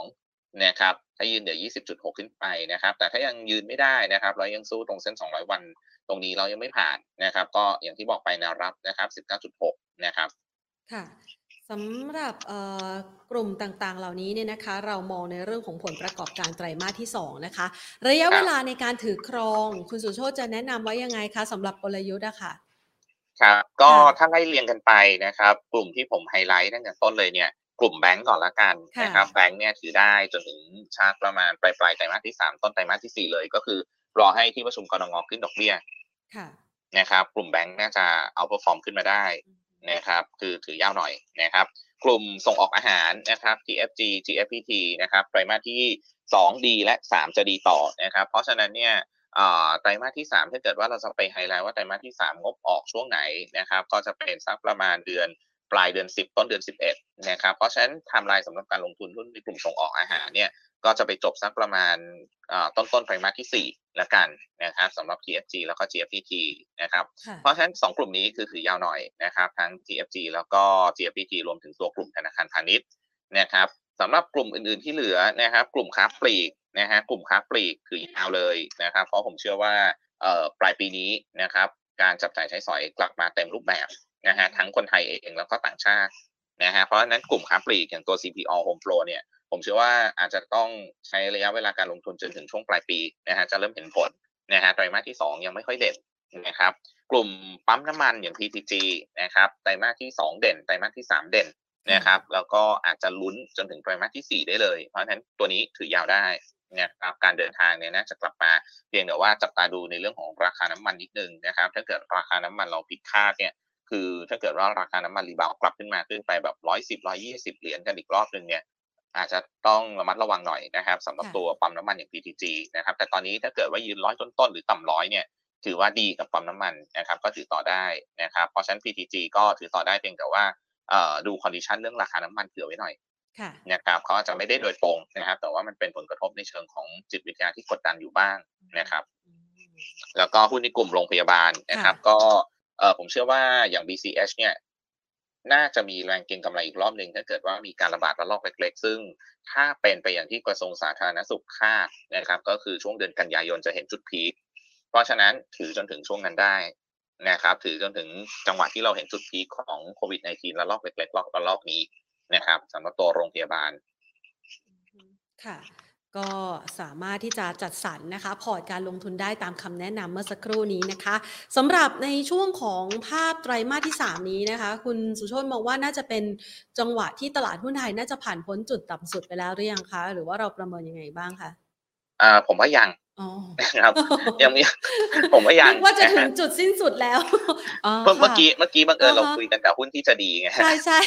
B: นะครับถ้ายืนเดี๋ยวยี่สิบจุดหกขึ้นไปนะครับแต่ถ้ายังยืนไม่ได้นะครับเรายังสู้ตรงเส้นสองร้อยวันตรงนี้เรายังไม่ผ่านนะครับก็อย่างที่บอกไปแนวรับนะครับสิบเก้าจุดหกนะครับ
A: ค่ะสำหรับกลุ่มต่างๆเหล่านี้เนี่ยนะคะเรามองในเรื่องของผลประกอบการไตรมาสที่สองนะคะระยะเวลาในการถือครองคุณสุโชติจะแนะนำว่ายังไงคะสำหรับกลยุทธ์อะค่ะ
B: ครับก็ถ้าไล่เรียงกันไปนะครับกลุ่มที่ผมไฮไลท์ตั้งแต่ต้นเลยเนี่ยกลุ่มแบงก์ก่อนละกันนะครับแบงก์เนี่ยถือได้จนถึงชาร์ประมาณปลายปลายไตรมาสที่สามต้นไตรมาสที่สี่เลยก็คือรอให้ที่ประชุมกนงขึ้นดอกเบี้ยนะครับกลุ่มแบงก์น่าจะเอาเพอร์ฟอร์มขึ้นมาได้นะครับคือถือยาวหน่อยนะครับกลุ่มส่งออกอาหารนะครับ ที เอฟ จี จี เอฟ พี ที นะครับไตรมาสที่สองดีและสามจะดีต่อนะครับเพราะฉะนั้นเนี่ยไตรมาสที่สามถ้าเกิดว่าเราจะไปไฮไลท์ว่าไตรมาสที่สามงบออกช่วงไหนนะครับก็จะเป็นสักประมาณเดือนปลายเดือนสิบต้นเดือนสิบเอ็ดนะครับเพราะฉะนั้นไทม์ไลน์สำหรับการลงทุนหุ้นในกลุ่มส่งออกอาหารเนี่ยก็จะไปจบสักประมาณต้นต้นไตรมาสที่สี่ละกันนะครับสำหรับ ที เอฟ จี แล้วก็ จี เอฟ พี ที นะครับเพราะฉะนั้นสองกลุ่มนี้คือถือยาวหน่อยนะครับทั้ง ที เอฟ จี แล้วก็ จี เอฟ พี ที รวมถึงตัวกลุ่มธนาคารพาณิชย์นะครับสำหรับกลุ่มอื่นๆที่เหลือนะครับกลุ่มค้าปลีกนะฮะกลุ่มค้าปลีกถือยาวเลยนะครับเพราะผมเชื่อว่าเอ่อปลายปีนี้นะครับการจับจ่ายใช้สอยกลับมาเต็มรูปแบบนะฮะทั้งคนไทยเองแล้วก็ต่างชาตินะฮะเพราะฉะนั้นกลุ่มค้าปลีกอย่างตัว ซี พี โอ Home Pro เนี่ยผมเชื่อว่าอาจจะต้องใช้ระยะเวลาการลงทุนจนถึงช่วงปลายปีนะฮะจะเริ่มเห็นผลนะฮะไตรมาสที่สองยังไม่ค่อยเด่นนะครับกลุ่มปั๊มน้ำมันอย่าง พี ที จี นะครับไตรมาสที่สองเด่นไตรมาสที่สามเด่นนะครับแล้วก็อาจจะลุ้นจนถึงไตรมาสที่สี่ได้เลยเพราะฉะนั้นตัวนี้ถือยาวได้นะครับการเดินทางเนี่ยน่าจะกลับมาเพียงแต่ว่าจับตาดูในเรื่องของราคาน้ำมันนิดนึงนะครับถ้าเกิดราคาน้ำมันเราผิดคาดเนี่ยคือถ้าเกิดว่าราคาน้ำมันรีบาวกลับขึ้นมาขึ้นไปแบบหนึ่งร้อยสิบ หนึ่งร้อยยี่สิบเหรียญกันอีกรอบนึงเนี่ยอาจจะต้องระมัดระวังหน่อยนะครับสำหรับตัวปั๊มน้ำมันอย่าง พี ที จี นะครับแต่ตอนนี้ถ้าเกิดว่ายืนร้อยต้นๆหรือต่ำร้อยเนี่ยถือว่าดีกับปั๊มน้ำมันนะครับก็ถือต่อได้นะครับเพราะฉะนั้น พี ที จี ก็ถือต่อได้เพียงแต่ว่าเอ่อดูคอนดิชันเรื่องราคาน้ำมันเผื่อไว้หน่อยนะครับเขาอาจจะไม่ได้โดยตรงนะครับแต่ว่ามันเป็นผลกระทบในเชิงของจิตวิทยาที่กดดันอยู่บ้างนะครับแล้วก็หุ้นในกลุ่มโรงพยาบาลนะครับก็เอ่อผมเชื่อว่าอย่าง บี ซี เอช เนี่ยน่าจะมีแรงเก็งกำไรอีกรอบหนึ่งถ้าเกิดว่ามีการระบาดระลอกเล็กๆซึ่งถ้าเป็นไปอย่างที่กระทรวงสาธารณสุขคาดนะครับก็คือช่วงเดือนกันยายนจะเห็นจุดพีคเพราะฉะนั้นถือจนถึงช่วงนั้นได้นะครับถือจนถึงจังหวะที่เราเห็นจุดพีคของโควิด สิบเก้า ระลอกเล็กๆระลอกนี้นะครับสำหรับตัวโรงพยาบาล
A: ค่ะก็สามารถที่จะจัดสรรนะคะพอร์ตการลงทุนได้ตามคำแนะนำเมื่อสักครู่นี้นะคะสำหรับในช่วงของภาพไตรมาสที่สามนี้นะคะคุณสุโชติมองว่าน่าจะเป็นจังหวะที่ตลาดหุ้นไทยน่าจะผ่านพ้นจุดต่ำสุดไปแล้วหรือยังคะหรือว่าเราประเมินยังไงบ้างคะ
B: อ่าผมว่ายังนะครับยังมีผมว่ายัง
A: ว่าจะถึงจุดสิ้นสุดแล้ว
B: เมื่อกี้เมื่อกี้บังเอิญเราคุยกันกับหุ้นที่จะดีไง
A: ใช่ใช่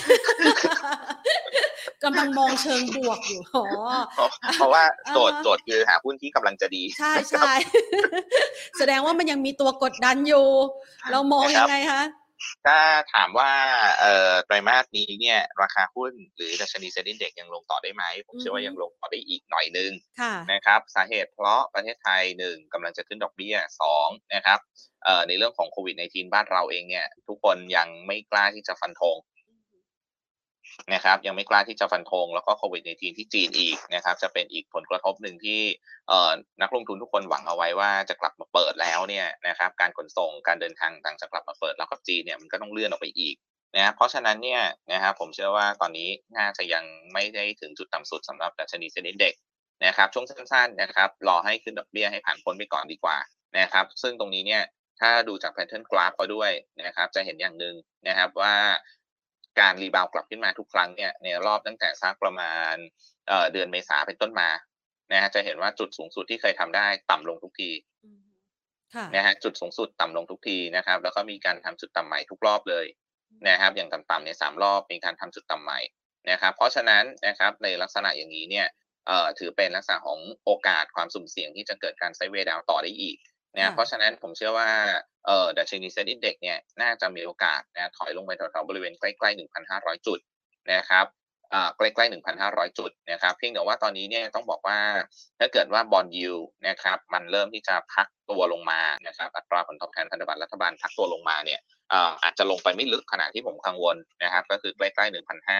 A: กำลังมองเชิงบวกอยู่
B: เพราะว่าโจทย์โจทย์คือหาหุ้นที่กำลังจะดี
A: ใช่ใช่แสดงว่ามันยังมีตัวกดดันอยู่เรามองยังไงคะ
B: ถ้าถามว่าเอ่อไตรมาสนี้เนี่ยราคาหุ้นหรือดัชนีเซ็นดิ้งเด็กยังลงต่อได้ไหมผมเชื่อว่ายังลงต่อได้อีกหน่อยนึงนะครับสาเหตุเพราะประเทศไทยหนึ่งกำลังจะขึ้นดอกเบี้ยสองนะครับเอ่อในเรื่องของโควิด สิบเก้า บ้านเราเองเนี่ยทุกคนยังไม่กล้าที่จะฟันธงนะครับยังไม่กล้าที่จะฟันธงแล้วก็โควิด สิบเก้า ที่จีนอีกนะครับจะเป็นอีกผลกระทบหนึ่งที่เอ่อนักลงทุนทุกคนหวังเอาไว้ว่าจะกลับมาเปิดแล้วเนี่ยนะครับการขนส่งการเดินทางต่างจะกลับมาเปิดแล้วกับจีนเนี่ยมันก็ต้องเลื่อนออกไปอีกนะเพราะฉะนั้นเนี่ยนะครับผมเชื่อว่าตอนนี้น่าจะยังไม่ได้ถึงจุดต่ำสุดสำหรับดัชนีเซ็นดิ้งเด็กนะครับช่วงสั้นๆนะครับรอให้ขึ้นดอกเบี้ยให้ผ่านพ้นไปก่อนดีกว่านะครับซึ่งตรงนี้เนี่ยถ้าดูจาก pattern graph ก็ด้วยนะครับจะเห็นอย่างนึงนะครับว่าการรีบาวกลับขึ้นมาทุกครั้งเนี่ยในรอบตั้งแต่สักประมาณ เอ่อเดือนเมษาเป็นต้นมานะฮะจะเห็นว่าจุดสูงสุดที่เคยทำได้ต่ำลงทุกทีนะฮะจุดสูงสุดต่ำลงทุกทีนะครับแล้วก็มีการทำจุดต่ำใหม่ทุกรอบเลยนะครับอย่างต่ำๆเนี่ยสามรอบมีการทำจุดต่ำใหม่นะครับเพราะฉะนั้นนะครับในลักษณะอย่างนี้เนี่ยเอ่อถือเป็นลักษณะของโอกาสความสุ่มเสี่ยงที่จะเกิดการไซด์เวย์ดาวน์ต่อได้อีกนะเพราะฉะนั้นผมเชื่อว่าเอ่อดัชนีเซ็นดิ้งเด็กเนี่ยน่าจะมีโอกาสนะถอยลงไปแถวๆบริเวณใกล้ๆ หนึ่งพันห้าร้อย จุดนะครับอ่าใกล้ๆ หนึ่งพันห้าร้อย จุดนะครับเพียงแต่ว่าตอนนี้เนี่ยต้องบอกว่าถ้าเกิดว่า Bond Yield นะครับมันเริ่มที่จะพักตัวลงมานะครับอัตราผลตอบแทนพันธบัตรรัฐบาลพักตัวลงมาเนี่ยอ่าอาจจะลงไปไม่ลึกขนาดที่ผมกังวลนะครับก็คือใกล้ๆ หนึ่งพันห้าร้อย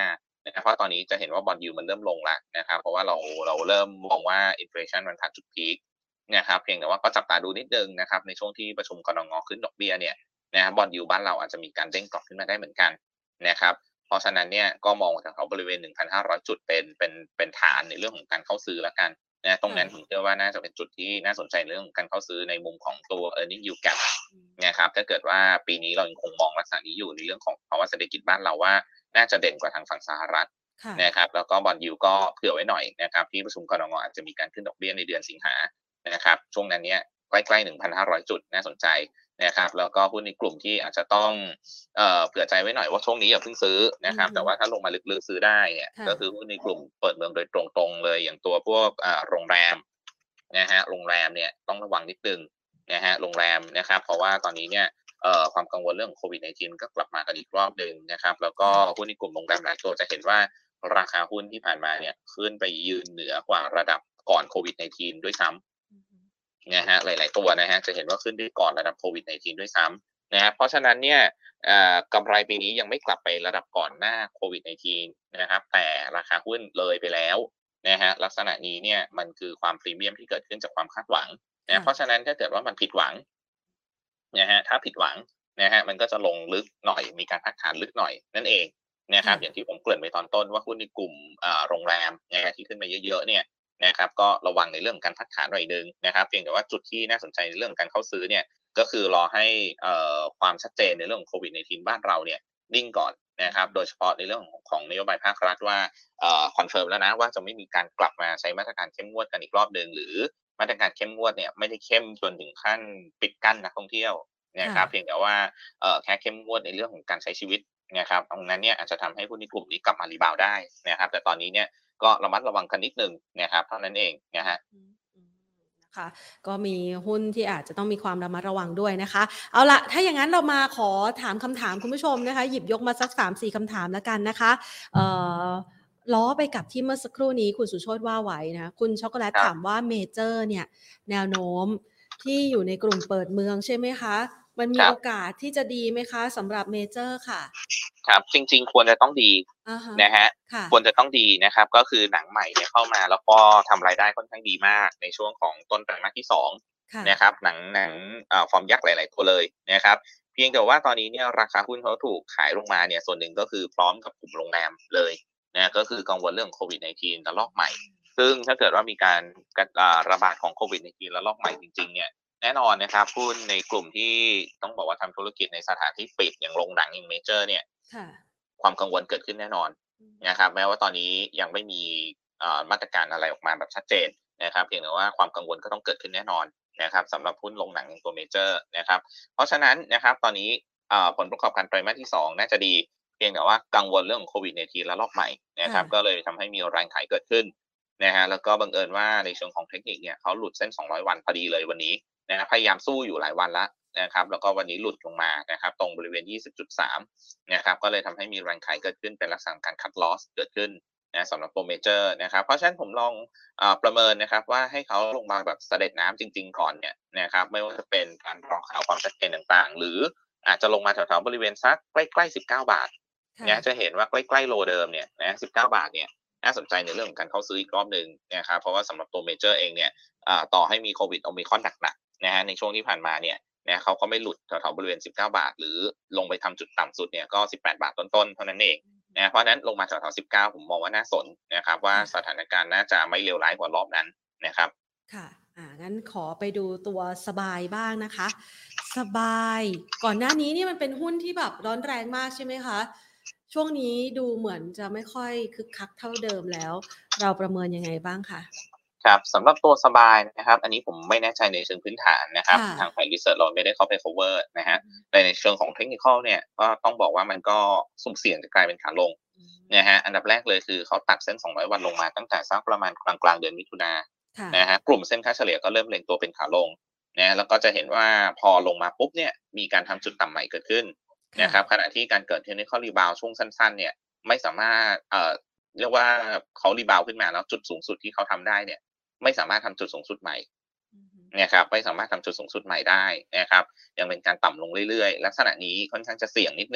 B: นะครับเพราะตอนนี้จะเห็นว่าบอนด์ยิลด์มันเริ่มลงแล้วนะครับเพราะว่าเราเราเริ่มมองว่าอินเฟลชันมันผ่านจุดพีกนะครับเพียงแต่ว่าก็จับตาดูนิดนึงนะครับในช่วงที่ประชุมกนงขึ้นดอกเบี้ยเนี่ยนะครับบอนด์ยิลด์บ้านเราอาจจะมีการเด้งกลับขึ้นมาได้เหมือนกันนะครับเพราะฉะนั้นเนี่ยก็มองแถวๆบริเวณ หนึ่งพันห้าร้อย จุดเป็นเป็นเป็นฐานในเรื่องของการเข้าซื้อแล้วกันนะตรงนั้นผมเชื่อว่าน่าจะเป็นจุดที่น่าสนใจในเรื่องของการเข้าซื้อในมุมของตัว earning yield gap นะครับถ้าเกิดว่าปีนี้เรายังคงมองลักษณะนี้อยู่ในเรื่องของภาวะเศรษฐกิจบ้านเราว่าน่าจะเด่นกว่าทางฝั่งสหรัฐนะครับแล้วก็บอนด์ยิลด์ก็เผื่อไว้หน่อยนะครับที่ประชุมกนงอาจจะมีการขึ้นดอกเบี้ยในเดือนสิงหานะครับช่วงนั้นเนี่ยใกล้ๆ หนึ่งพันห้าร้อย จุดน่าสนใจนะครับแล้วก็หุ้นในกลุ่มที่อาจจะต้องเอ่อเผื่อใจไว้หน่อยว่าช่วงนี้อย่าเพิ่งซื้อนะครับแต่ว่าถ้าลงมาลึกๆซื้อได้เนี่ยก็คือหุ้นในกลุ่มเปิดเมืองโดยตรงๆเลยอย่างตัวพวกอ่าโรงแรมนะฮะโรงแรมเนี่ยต้องระวังนิดนึงนะฮะโรงแรมนะครับเพราะว่าตอนนี้เนี่ยเอ่อความกังวลเรื่องของโควิด สิบเก้า ก็กลับมากันอีกรอบนึงนะครับแล้วก็หุ้นในกลุ่มโรงแรมหลายตัวจะเห็นว่าราคาหุ้นที่ผ่านมาเนี่ยขึ้นไปยืนเหนือกว่าระดับก่อนโควิด สิบเก้า ด้วยซ้ำนะฮะหลายๆตัวนะฮะจะเห็นว่าขึ้นได้ก่อนระดับโควิด สิบเก้า ด้วยซ้ำนะฮะเพราะฉะนั้นเนี่ยกำไรปีนี้ยังไม่กลับไประดับก่อนหน้าโควิด สิบเก้า นะครับแต่ราคาหุ้นเลยไปแล้วนะฮะลักษณะนี้เนี่ยมันคือความพรีเมียมที่เกิดขึ้นจากความคาดหวังนะเพราะฉะนั้นถ้าเกิดว่ามันผิดหวังนะฮะถ้าผิดหวังนะฮะมันก็จะลงลึกหน่อยมีการพักฐานลึกหน่อยนั่นเองนะครับอย่างที่ผมเกริ่นไปตอนต้นว่าหุ้นในกลุ่มโรงแรมนะที่ขึ้นมาเยอะๆเนี่ยนะครับก็ระวังในเรื่องการพักฐานหน่อยนึงนะครับเพียงแต่ว่าจุดที่น่าสนใจในเรื่องการเข้าซื้อเนี่ยก็คือรอให้ความชัดเจนในเรื่องของโควิด สิบเก้า บ้านเราเนี่ยนิ่งก่อนนะครับโดยเฉพาะในเรื่องของของนโยบายภาครัฐว่าคอนเฟิร์มแล้วนะว่าจะไม่มีการกลับมาใช้มาตรการเข้มงวดกันอีกรอบนึงหรือมาตรการเข้มงวดเนี่ยไม่ได้เข้มจนถึงขั้นปิดกั้นนักท่องเที่ยวนะครับเพียงแต่ว่าแค่เข้มงวดในเรื่องของการใช้ชีวิตนะครับตรงนั้นเนี่ยอาจจะทำให้หุ้นในกลุ่มนี้กลับมารีบาวได้นะครับแต่ตอนนี้เนี่ยก็ระมัดระวังกันนิดนึงนะครับเท่านั้นเองนะฮะ
A: ค่ะก็มีหุ้นที่อาจจะต้องมีความระมัดระวังด้วยนะคะเอาละถ้าอย่างนั้นเรามาขอถามคำถามคุณผู้ชมนะคะหยิบยกมาสัก สามสี่ คำถามแล้วกันนะคะเอ่อล้อไปกับที่เมื่อสักครู่นี้คุณสุโชติว่าไว้นะคุณช็อกโกแลตถามว่าเมเจอร์เนี่ยแนวโน้มที่อยู่ในกลุ่มเปิดเมืองใช่ไหมคะมันมีโอกาสที่จะดีไหมคะสำหรับเมเจอร์ค่ะ
B: ครับจริงๆควรจะต้องดีนะฮะควรจะต้องดีนะครับก็คือหนังใหม่เนี่ยเข้ามาแล้วก็ทำรายได้ค่อนข้างดีมากในช่วงของต้นไตรมาสที่สองนะครับหนังหนังฟอร์มยักษ์หลายๆตัวเลยนะครับเพียงแต่ว่าตอนนี้เนี่ยราคาหุ้นเขาถูกขายลงมาเนี่ยส่วนหนึ่งก็คือพร้อมกับกลุ่มโรงแรมเลยนะก็คือกังวลเรื่องโควิด สิบเก้า ระลอกใหม่ซึ่งถ้าเกิดว่ามีการระบาดของโควิด สิบเก้า ระลอกใหม่จริงๆเนี่ยแน่นอนนะครับหุ้นในกลุ่มที่ต้องบอกว่าทำธุรกิจในสถานที่ปิดอย่างโรงหนังอย่างเมเจอร์เนี่ยความกังวลเกิดขึ้นแน่นอนนะครับแม้ว่าตอนนี้ยังไม่มีมาตรการอะไรออกมาแบบชัดเจนนะครับเพียงแต่ว่าความกังวลก็ต้องเกิดขึ้นแน่นอนนะครับสำหรับหุ้นโรงหนังอย่างตัวเมเจอร์นะครับเพราะฉะนั้นนะครับตอนนี้ผลประกอบการไตรมาสที่สองน่าจะดีเพียงแต่ว่ากังวลเรื่องของโควิด สิบเก้า ระลอกใหม่นะครับก็เลยทำให้มีแรงขายเกิดขึ้นนะฮะแล้วก็บังเอิญว่าในเชิงของเทคนิคเนี่ยเขาหลุดเส้นสองร้อยวันพอดีเลยวันนี้นะครับพยายามสู้อยู่หลายวันแล้วนะครับแล้วก็วันนี้หลุดลงมานะครับตรงบริเวณ ยี่สิบจุดสาม นะครับก็เลยทำให้มีแรงขายเกิดขึ้นเป็นลักษณะการคัดลอสเกิดขึ้นนะสำหรับตัวเมเจอร์นะครับเพราะฉะนั้นผมลองเอ่อประเมินนะครับว่าให้เขาลงมาแบบเสด็จน้ำจริงๆก่อนเนี่ยนะครับไม่ว่าจะเป็นการรอข่าวความชัดเจนต่างๆหรืออาจจะลงมาแถวๆบริเวณสักใกล้ๆสิบเก้าบาทนะจะเห็นว่าใกล้ๆโลเดิมเนี่ยนะสิบเก้าบาทเนี่ยน่าสนใจในเรื่องของการเข้าซื้ออีกรอบนึงนะครับเพราะว่าสำหรับตัวเมเจอร์เองเนี่ยต่อให้มีโควิดโอมิครอนหนักๆนะฮะในช่วงที่ผ่านมาเนี่ยนะเขาก็ไม่หลุดแถวๆบริเวณสิบเก้าบาทหรือลงไปทำจุดต่ำสุดเนี่ยก็สิบแปดบาทต้นๆเท่านั้นเองนะเพราะนั้นลงมาแถวๆสิบเก้าผมมองว่าน่าสนนะครับว่าสถานการณ์น่าจะไม่เลวร้ายกว่ารอบนั้นนะครับ
A: ค่ะอ่างั้นขอไปดูตัวสบายบ้างนะคะสบายก่อนหน้านี้นี่มันเป็นหุ้นที่แบบร้อนแรงมากใช่ไหมคะช่วงนี้ดูเหมือนจะไม่ค่อยคึกคักเท่าเดิมแล้วเราประเมินยังไงบ้างคะ
B: ครับสำหรับตัวสบายนะครับอันนี้ผมไม่แน่ใจในเชิงพื้นฐานนะครับทางฝ่ายรีเสิร์ชเราไม่ได้เข้าไป cover นะฮะแต่ในเชิงของเทคนิคอลเนี่ยก็ต้องบอกว่ามันก็สุ่มเสี่ยงจะกลายเป็นขาลงนะฮะอันดับแรกเลยคือเขาตัดเส้นสองร้อยวันลงมาตั้งแต่สักประมาณกลางกลางเดือนมิถุนายนนะฮะกลุ่มเส้นค่าเฉลี่ยก็เริ่มเล็งตัวเป็นขาลงนะแล้วก็จะเห็นว่าพอลงมาปุ๊บเนี่ยมีการทำจุดต่ำใหม่เกิดขึ้นนะครับขณะที่การเกิดเทคนิคอลรีบาวช่วงสั้นๆเนี่ยไม่สามารถเอ่อเรียกว่าเขารีบาวขึ้นมาแล้วจุดสูงสุดที่เขาทำได้เนี่ยไม่สามารถทำจุดสูงสุดใหม่นะครับไม่สามารถทำจุดสูงสุดใหม่ได้นะครับยังเป็นการต่ำลงเรื่อยๆลักษณะนี้ค่อนข้างจะเสี่ยงนิดนึง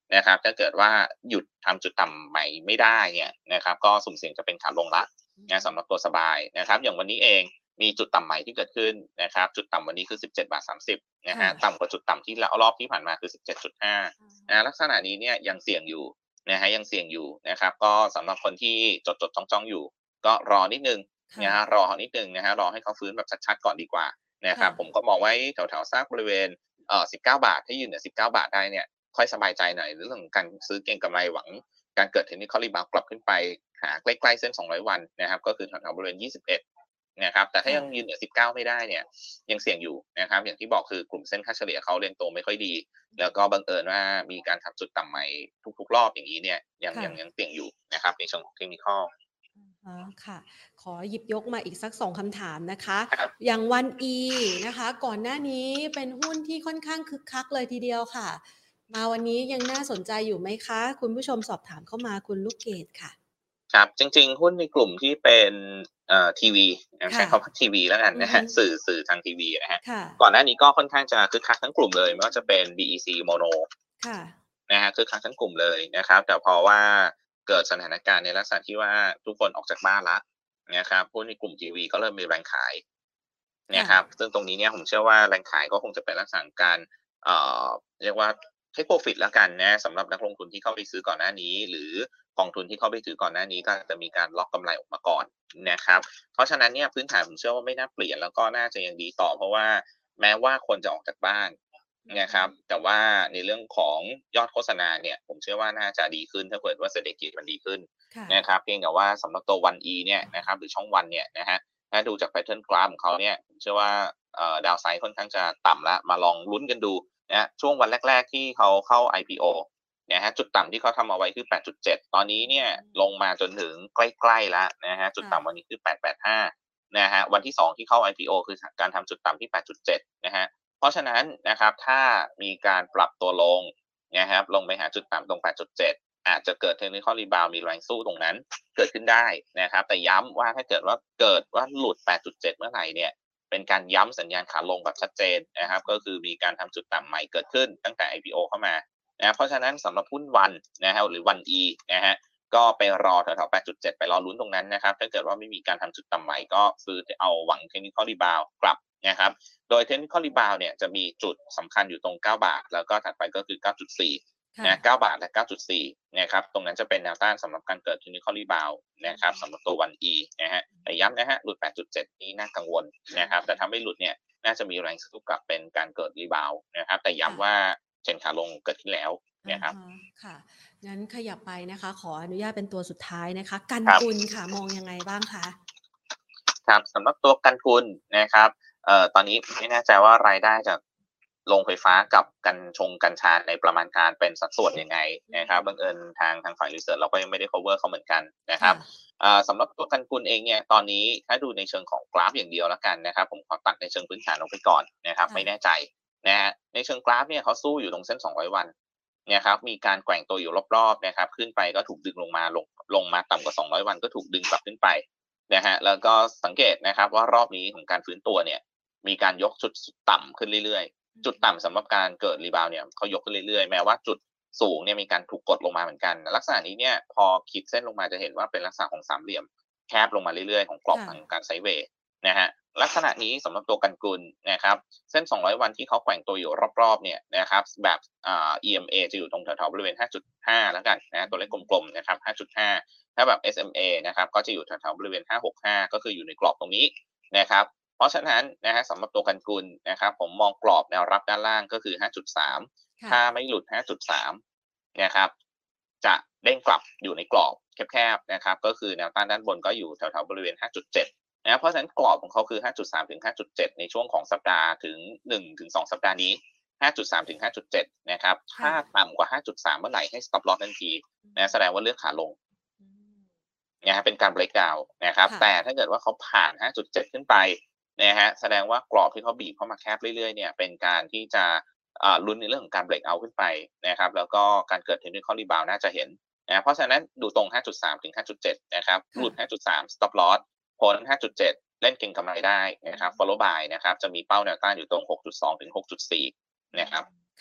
B: นะครับถ้าเกิดว่าหยุดทำจุดต่ำใหม่ไม่ได้เนี่ยนะครับก็สุ่มเสี่ยงจะเป็นขาลงละนะสำหรับตัวสบายนะครับอย่างวันนี้เองมีจุดต่ำใหม่ที่เกิดขึ้นนะครับจุดต่ำวันนี้คือสิบเจ็ดบาทสามสิบนะฮะต่ำกว่าจุดต่ำที่รอบที่ผ่านมาคือ สิบเจ็ดจุดห้า นะลักษณะนี้เนี่ยยังเสี่ยงอยู่นะฮะยังเสี่ยงอยู่นะครับก็สำหรับคนที่จดจดจ้องจ้องอยู่ก็รอนิดนึงนะฮะรอนิดนึงนะฮะรอให้เขาฟื้นแบบชัดๆก่อนดีกว่านะครับผมก็มองไว้แถวๆสักบริเวณเอ่อสิบเก้าบาทถ้ายืนเหนือสิบเก้าบาทได้เนี่ยค่อยสบายใจหน่อยเรื่องของการซื้อเก็งกำไรหวังการเกิด technical rebound กลับขึ้นไปหาใกล้ๆเส้นสองร้อยวันนะครับก็คือแถวๆบริเวณยี่สิบเอ็ดนะครับแต่ถ้ายังยืนเหนือสิบเก้าไม่ได้เนี่ยยังเสี่ยงอยู่นะครับอย่างที่บอกคือกลุ่มเส้นค่าเฉลี่ยเขาเรียนโตไม่ค่อยดีแล้วก็บังเอิญว่ามีการทำจุดต่ำใหม่ทุกๆรอบอย่างนี้เนี่ยยังยังยังเสี่ยงอยู่นะครับในเชิงของเทคนิคอล
A: อ๋อค่ะขอหยิบยกมาอีกสักสองคำถามนะคะอย่างวัน E นะคะก่อนหน้านี้เป็นหุ้นที่ค่อนข้างคึกคักเลยทีเดียวค่ะมาวันนี้ยังน่าสนใจอยู่ไหมคะคุณผู้ชมสอบถามเข้ามาคุณลูกเกดค่ะ
B: ครับจริงๆหุ้นในกลุ่มที่เป็นเอ่อทีวีใช้คำว่าทีวีแล้วกันนะฮะสื่อสื่อทางทีวีนะฮะก่อนหน้านี้ก็ค่อนข้างจะคึกคักทั้งกลุ่มเลยไม่ว่าจะเป็น บี อี ซี Mono นะฮะคึกคักทั้งกลุ่มเลยนะครับแต่เพราะว่าเกิดสถานการณ์ในลักษณะที่ว่าทุกคนออกจากบ้านแล้วนะครับหุ้นในกลุ่มทีวีก็เริ่มมีแรงขายนะครับซึ่งตรงนี้เนี่ยผมเชื่อว่าแรงขายก็คงจะเป็นลักษณะการเอ่อเรียกว่าเทคโปรฟิตแล้วกันนะสำหรับนักลงทุนที่เข้าไปซื้อก่อนหน้านี้หรือกองทุนที่เข้าไปถือก่อนหน้านี้ก็จะมีการล็อกกำไรออกมาก่อนนะครับเพราะฉะนั้นเนี่ยพื้นฐานผมเชื่อว่าไม่น่าเปลี่ยนแล้วก็น่าจะยังดีต่อเพราะว่าแม้ว่าคนจะออกจากบ้านนะครับแต่ว่าในเรื่องของยอดโฆษณาเนี่ยผมเชื่อว่าน่าจะดีขึ้นถ้าเกิดว่าเศรษฐกิจมันดีขึ้นนะครับเพียงแต่ว่าสำหรับตัว วัน อี เนี่ยนะครับหรือช่องวันเนี่ยนะฮะถ้าดูจาก pattern graph ของเขาเนี่ยผมเชื่อว่าเอ่อดาวไซด์ค่อนข้างจะต่ำแล้วมาลองลุ้นกันดูนะช่วงวันแรกๆที่เขาเข้า ไอ พี โอ นะฮะจุดต่ำที่เขาทำเอาไว้คือ แปดจุดเจ็ด ตอนนี้เนี่ยลงมาจนถึงใกล้ๆแล้วนะฮะจุดต่ำวันนี้คือ แปดจุดแปดห้า นะฮะวันที่สองที่เข้า ไอ พี โอ คือการทำจุดต่ำที่ แปดจุดเจ็ด นะฮะเพราะฉะนั้นนะครับถ้ามีการปรับตัวลงนะครับลงไปหาจุดต่ำตรง แปดจุดเจ็ด อาจจะเกิด technical rebound มีแรงสู้ตรงนั้นเกิดขึ้นได้นะครับแต่ย้ำว่าถ้าเกิดว่าเกิดว่าหลุด แปดจุดเจ็ด เมื่อไหร่เนี่ยเป็นการย้ำสัญญาณขาลงแบบชัดเจนนะครับก็คือมีการทำจุดต่ำใหม่เกิดขึ้นตั้งแต่ ไอ พี โอ เข้ามานะเพราะฉะนั้นสำหรับหุ้นวันนะฮะหรือวัน E นะฮะก็ไปรอแถวๆ แปดจุดเจ็ด ไปรอลุ้นตรงนั้นนะครับถ้าเกิดว่าไม่มีการทำจุดต่ำใหม่ก็ซื้อเอาหวัง technical rebound กลับนะครับโดย technical rebound เนี่ยจะมีจุดสำคัญอยู่ตรงเก้าบาทแล้วก็ถัดไปก็คือ เก้าจุดสี่นะเก้าบาทและ เก้าจุดสี่ นะครับตรงนั้นจะเป็นแนวต้านสำหรับการเกิด technical rebound นะครับสำหรับตัว วัน E นะฮะแต่ย้ำนะฮะหลุด แปดจุดเจ็ด นี้น่ากังวลนะครับแต่ถ้าไม่หลุดเนี่ยน่าจะมีแรงสู้กลับเป็นการเกิด rebound นะครับแต่ย้ำว่าเทรนขาลงเกิดขึ้นแล้วนะครับ
A: ค่ะงั้นขยับไปนะคะขออนุญาตเป็นตัวสุดท้ายนะคะกันทุนค่ะมองยังไงบ้างคะ
B: ครับสำหรับตัวกันทุนนะครับเอ่อตอนนี้ไม่แน่ใจว่ารายได้จากโรงไฟฟ้ากับกันชงกัญชาในประมาณการเป็นสัดส่วนยังไงนะครับบังเอิญทางทางฝ่ายรีเสิร์ชเราก็ยังไม่ได้ cover เขาเหมือนกันนะครับสำหรับตัวกันทุนเองเนี่ยตอนนี้ถ้าดูในเชิงของกราฟอย่างเดียวแล้วกันนะครับผมขอตัดในเชิงพื้นฐานลงไปก่อนนะครับไม่แน่ใจนะฮะในเชิงกราฟเนี่ยเขาสู้อยู่ตรงเส้นสองร้อยวันเนี่ยครับมีการแกว่งตัวอยู่รอบๆนะครับขึ้นไปก็ถูกดึงลงมาลงลงมาต่ำกว่าสองร้อยวันก็ถูกดึงกลับขึ้นไปนะฮะแล้วก็สังเกตนะครับว่ารอบนี้ของการฟื้นตัวเนี่ยมีการยกจุดต่ำขึ้นเรื่อยๆจุดต่ำสำหรับการเกิดรีบาวเนี่ยเขายกขึ้นเรื่อยๆแม้ว่าจุดสูงเนี่ยมีการถูกกดลงมาเหมือนกันลักษณะนี้เนี่ยพอขีดเส้นลงมาจะเห็นว่าเป็นลักษณะของสามเหลี่ยมแคบลงมาเรื่อยๆของกรอบของการไซด์เวย์นะฮะลักษณะนี้สำหรับตัวกันกุลนะครับเส้นสองร้อยวันที่เขาแกว่งตัวอยู่รอบๆเนี่ยนะครับแบบอ่า อี เอ็ม เอ จะอยู่ตรงแถวๆบริเวณ ห้าจุดห้า แล้วกันนะตัวเลขกลมๆนะครับ ห้าจุดห้า ถ้าแบบ เอส เอ็ม เอ นะครับก็จะอยู่แถวๆบริเวณห้าร้อยหกสิบห้าก็คืออยู่ในกรอบตรงนี้นะครับเพราะฉะนั้นนะฮะสำหรับตัวกันกุลนะครับผมมองกรอบแนวรับด้านล่างก็คือ ห้าจุดสาม ถ้าไม่หลุด ห้าจุดสาม นะครับจะเด้งกลับอยู่ในกรอบแคบๆนะครับก็คือแนวต้านด้านบนก็อยู่แถวๆบริเวณ ห้าจุดเจ็ด นะเพราะฉะนั้นกรอบของเขาคือ ห้าจุดสาม ถึง ห้าจุดเจ็ด ในช่วงของสัปดาห์ถึง หนึ่งถึงสอง สัปดาห์นี้ ห้าจุดสาม ถึง ห้าจุดเจ็ด นะครับถ้าต่ำกว่า ห้าจุดสาม เมื่อไหร่ให้ stop loss ทันทีนะแสดงว่าเลือกขาลงนะฮะเป็นการ break down นะครับแต่ถ้าเกิดว่าเขาผ่าน ห้าจุดเจ็ด ขึ้นไปนะฮะแสดงว่ากรอบที่เขาบีบเข้ามาแคบเรื่อยๆเนี่ยเป็นการที่จะอ่าลุ้นในเรื่องของการ break out ขึ้นไปนะครับแล้วก็การเกิด technical rebound น่าจะเห็นนะเพราะฉะนั้นดูตรง ห้าจุดสาม ถึง ห้าจุดเจ็ด นะครับหลุด ห้าจุดสาม stop loss พ้น ห้าจุดเจ็ด เล่นเก็งกำไรได้นะครับ follow by นะครับจะมีเป้าแนวต้านอยู่ตรง หกจุดสอง ถึง หกจุดสี่ นะครับ
A: ค่ะ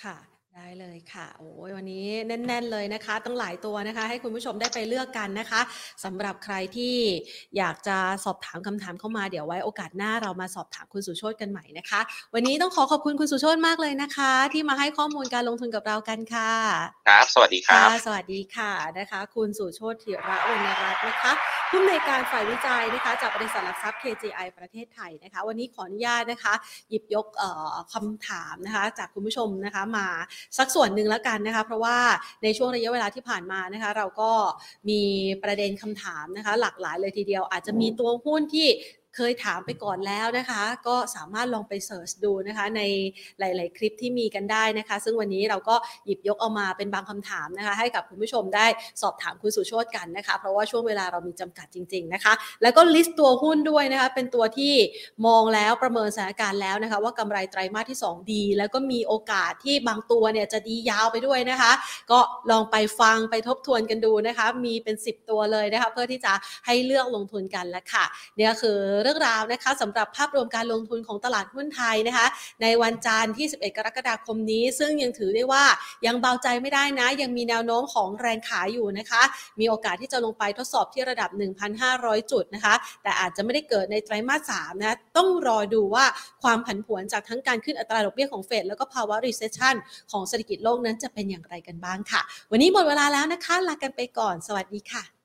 A: ได้เลยค่ะโอ้ยวันนี้แน่นๆเลยนะคะตั้งหลายตัวนะคะให้คุณผู้ชมได้ไปเลือกกันนะคะสำหรับใครที่อยากจะสอบถามคำถามเข้ามาเดี๋ยวไว้โอกาสหน้าเรามาสอบถามคุณสุโชติกันใหม่นะคะวันนี้ต้องขอขอบคุณคุณสุโชติมากเลยนะคะที่มาให้ข้อมูลการลงทุนกับเรากันค่ะ
B: ครับสวัสดีครั
A: ค่ะ
B: บ
A: สวัสดีค่ะนะคะคุณสุโชติธีระวรรณรัตน์นะคะผู้อำนวยการฝ่ายวิจัยนะคะจากบริษัทหลักทรัพย์ เค จี ไอ ประเทศไทยนะคะวันนี้ขออนุญาตนะคะหยิบยกเอ่อคำถามนะคะจากคุณผู้ชมนะคะมาสักส่วนหนึ่งแล้วกันนะคะเพราะว่าในช่วงระยะเวลาที่ผ่านมานะคะเราก็มีประเด็นคำถามนะคะหลากหลายเลยทีเดียวอาจจะมีตัวหุ้นที่เคยถามไปก่อนแล้วนะคะก็สามารถลองไปเสิร์ชดูนะคะในหลายๆคลิปที่มีกันได้นะคะซึ่งวันนี้เราก็หยิบยกเอามาเป็นบางคำถามนะคะให้กับคุณผู้ชมได้สอบถามคุณสุโชติกันนะคะเพราะว่าช่วงเวลาเรามีจำกัดจริงๆนะคะแล้วก็ลิสต์ตัวหุ้นด้วยนะคะเป็นตัวที่มองแล้วประเมินสถานการณ์แล้วนะคะว่ากำไรไตรมาสที่สองดีแล้วก็มีโอกาสที่บางตัวเนี่ยจะดียาวไปด้วยนะคะก็ลองไปฟังไปทบทวนกันดูนะคะมีเป็นสิบตัวเลยนะคะเพื่อที่จะให้เลือกลงทุนกันแล้วค่ะเนี่ยคือเรื่องราวนะคะสำหรับภาพรวมการลงทุนของตลาดหุ้นไทยนะคะในวันจันทร์ที่สิบเอ็ดกรกฎาคมนี้ซึ่งยังถือได้ว่ายังเบาใจไม่ได้นะยังมีแนวโน้มของแรงขายอยู่นะคะมีโอกาสที่จะลงไปทดสอบที่ระดับ หนึ่งพันห้าร้อย จุดนะคะแต่อาจจะไม่ได้เกิดในไตรมาสสามนะต้องรอดูว่าความผันผวนจากทั้งการขึ้นอัตราดอกเบี้ยของเฟดแล้วก็ภาวะ recession ของเศรษฐกิจโลกนั้นจะเป็นอย่างไรกันบ้างค่ะวันนี้หมดเวลาแล้วนะคะลากันไปก่อนสวัสดีค่ะ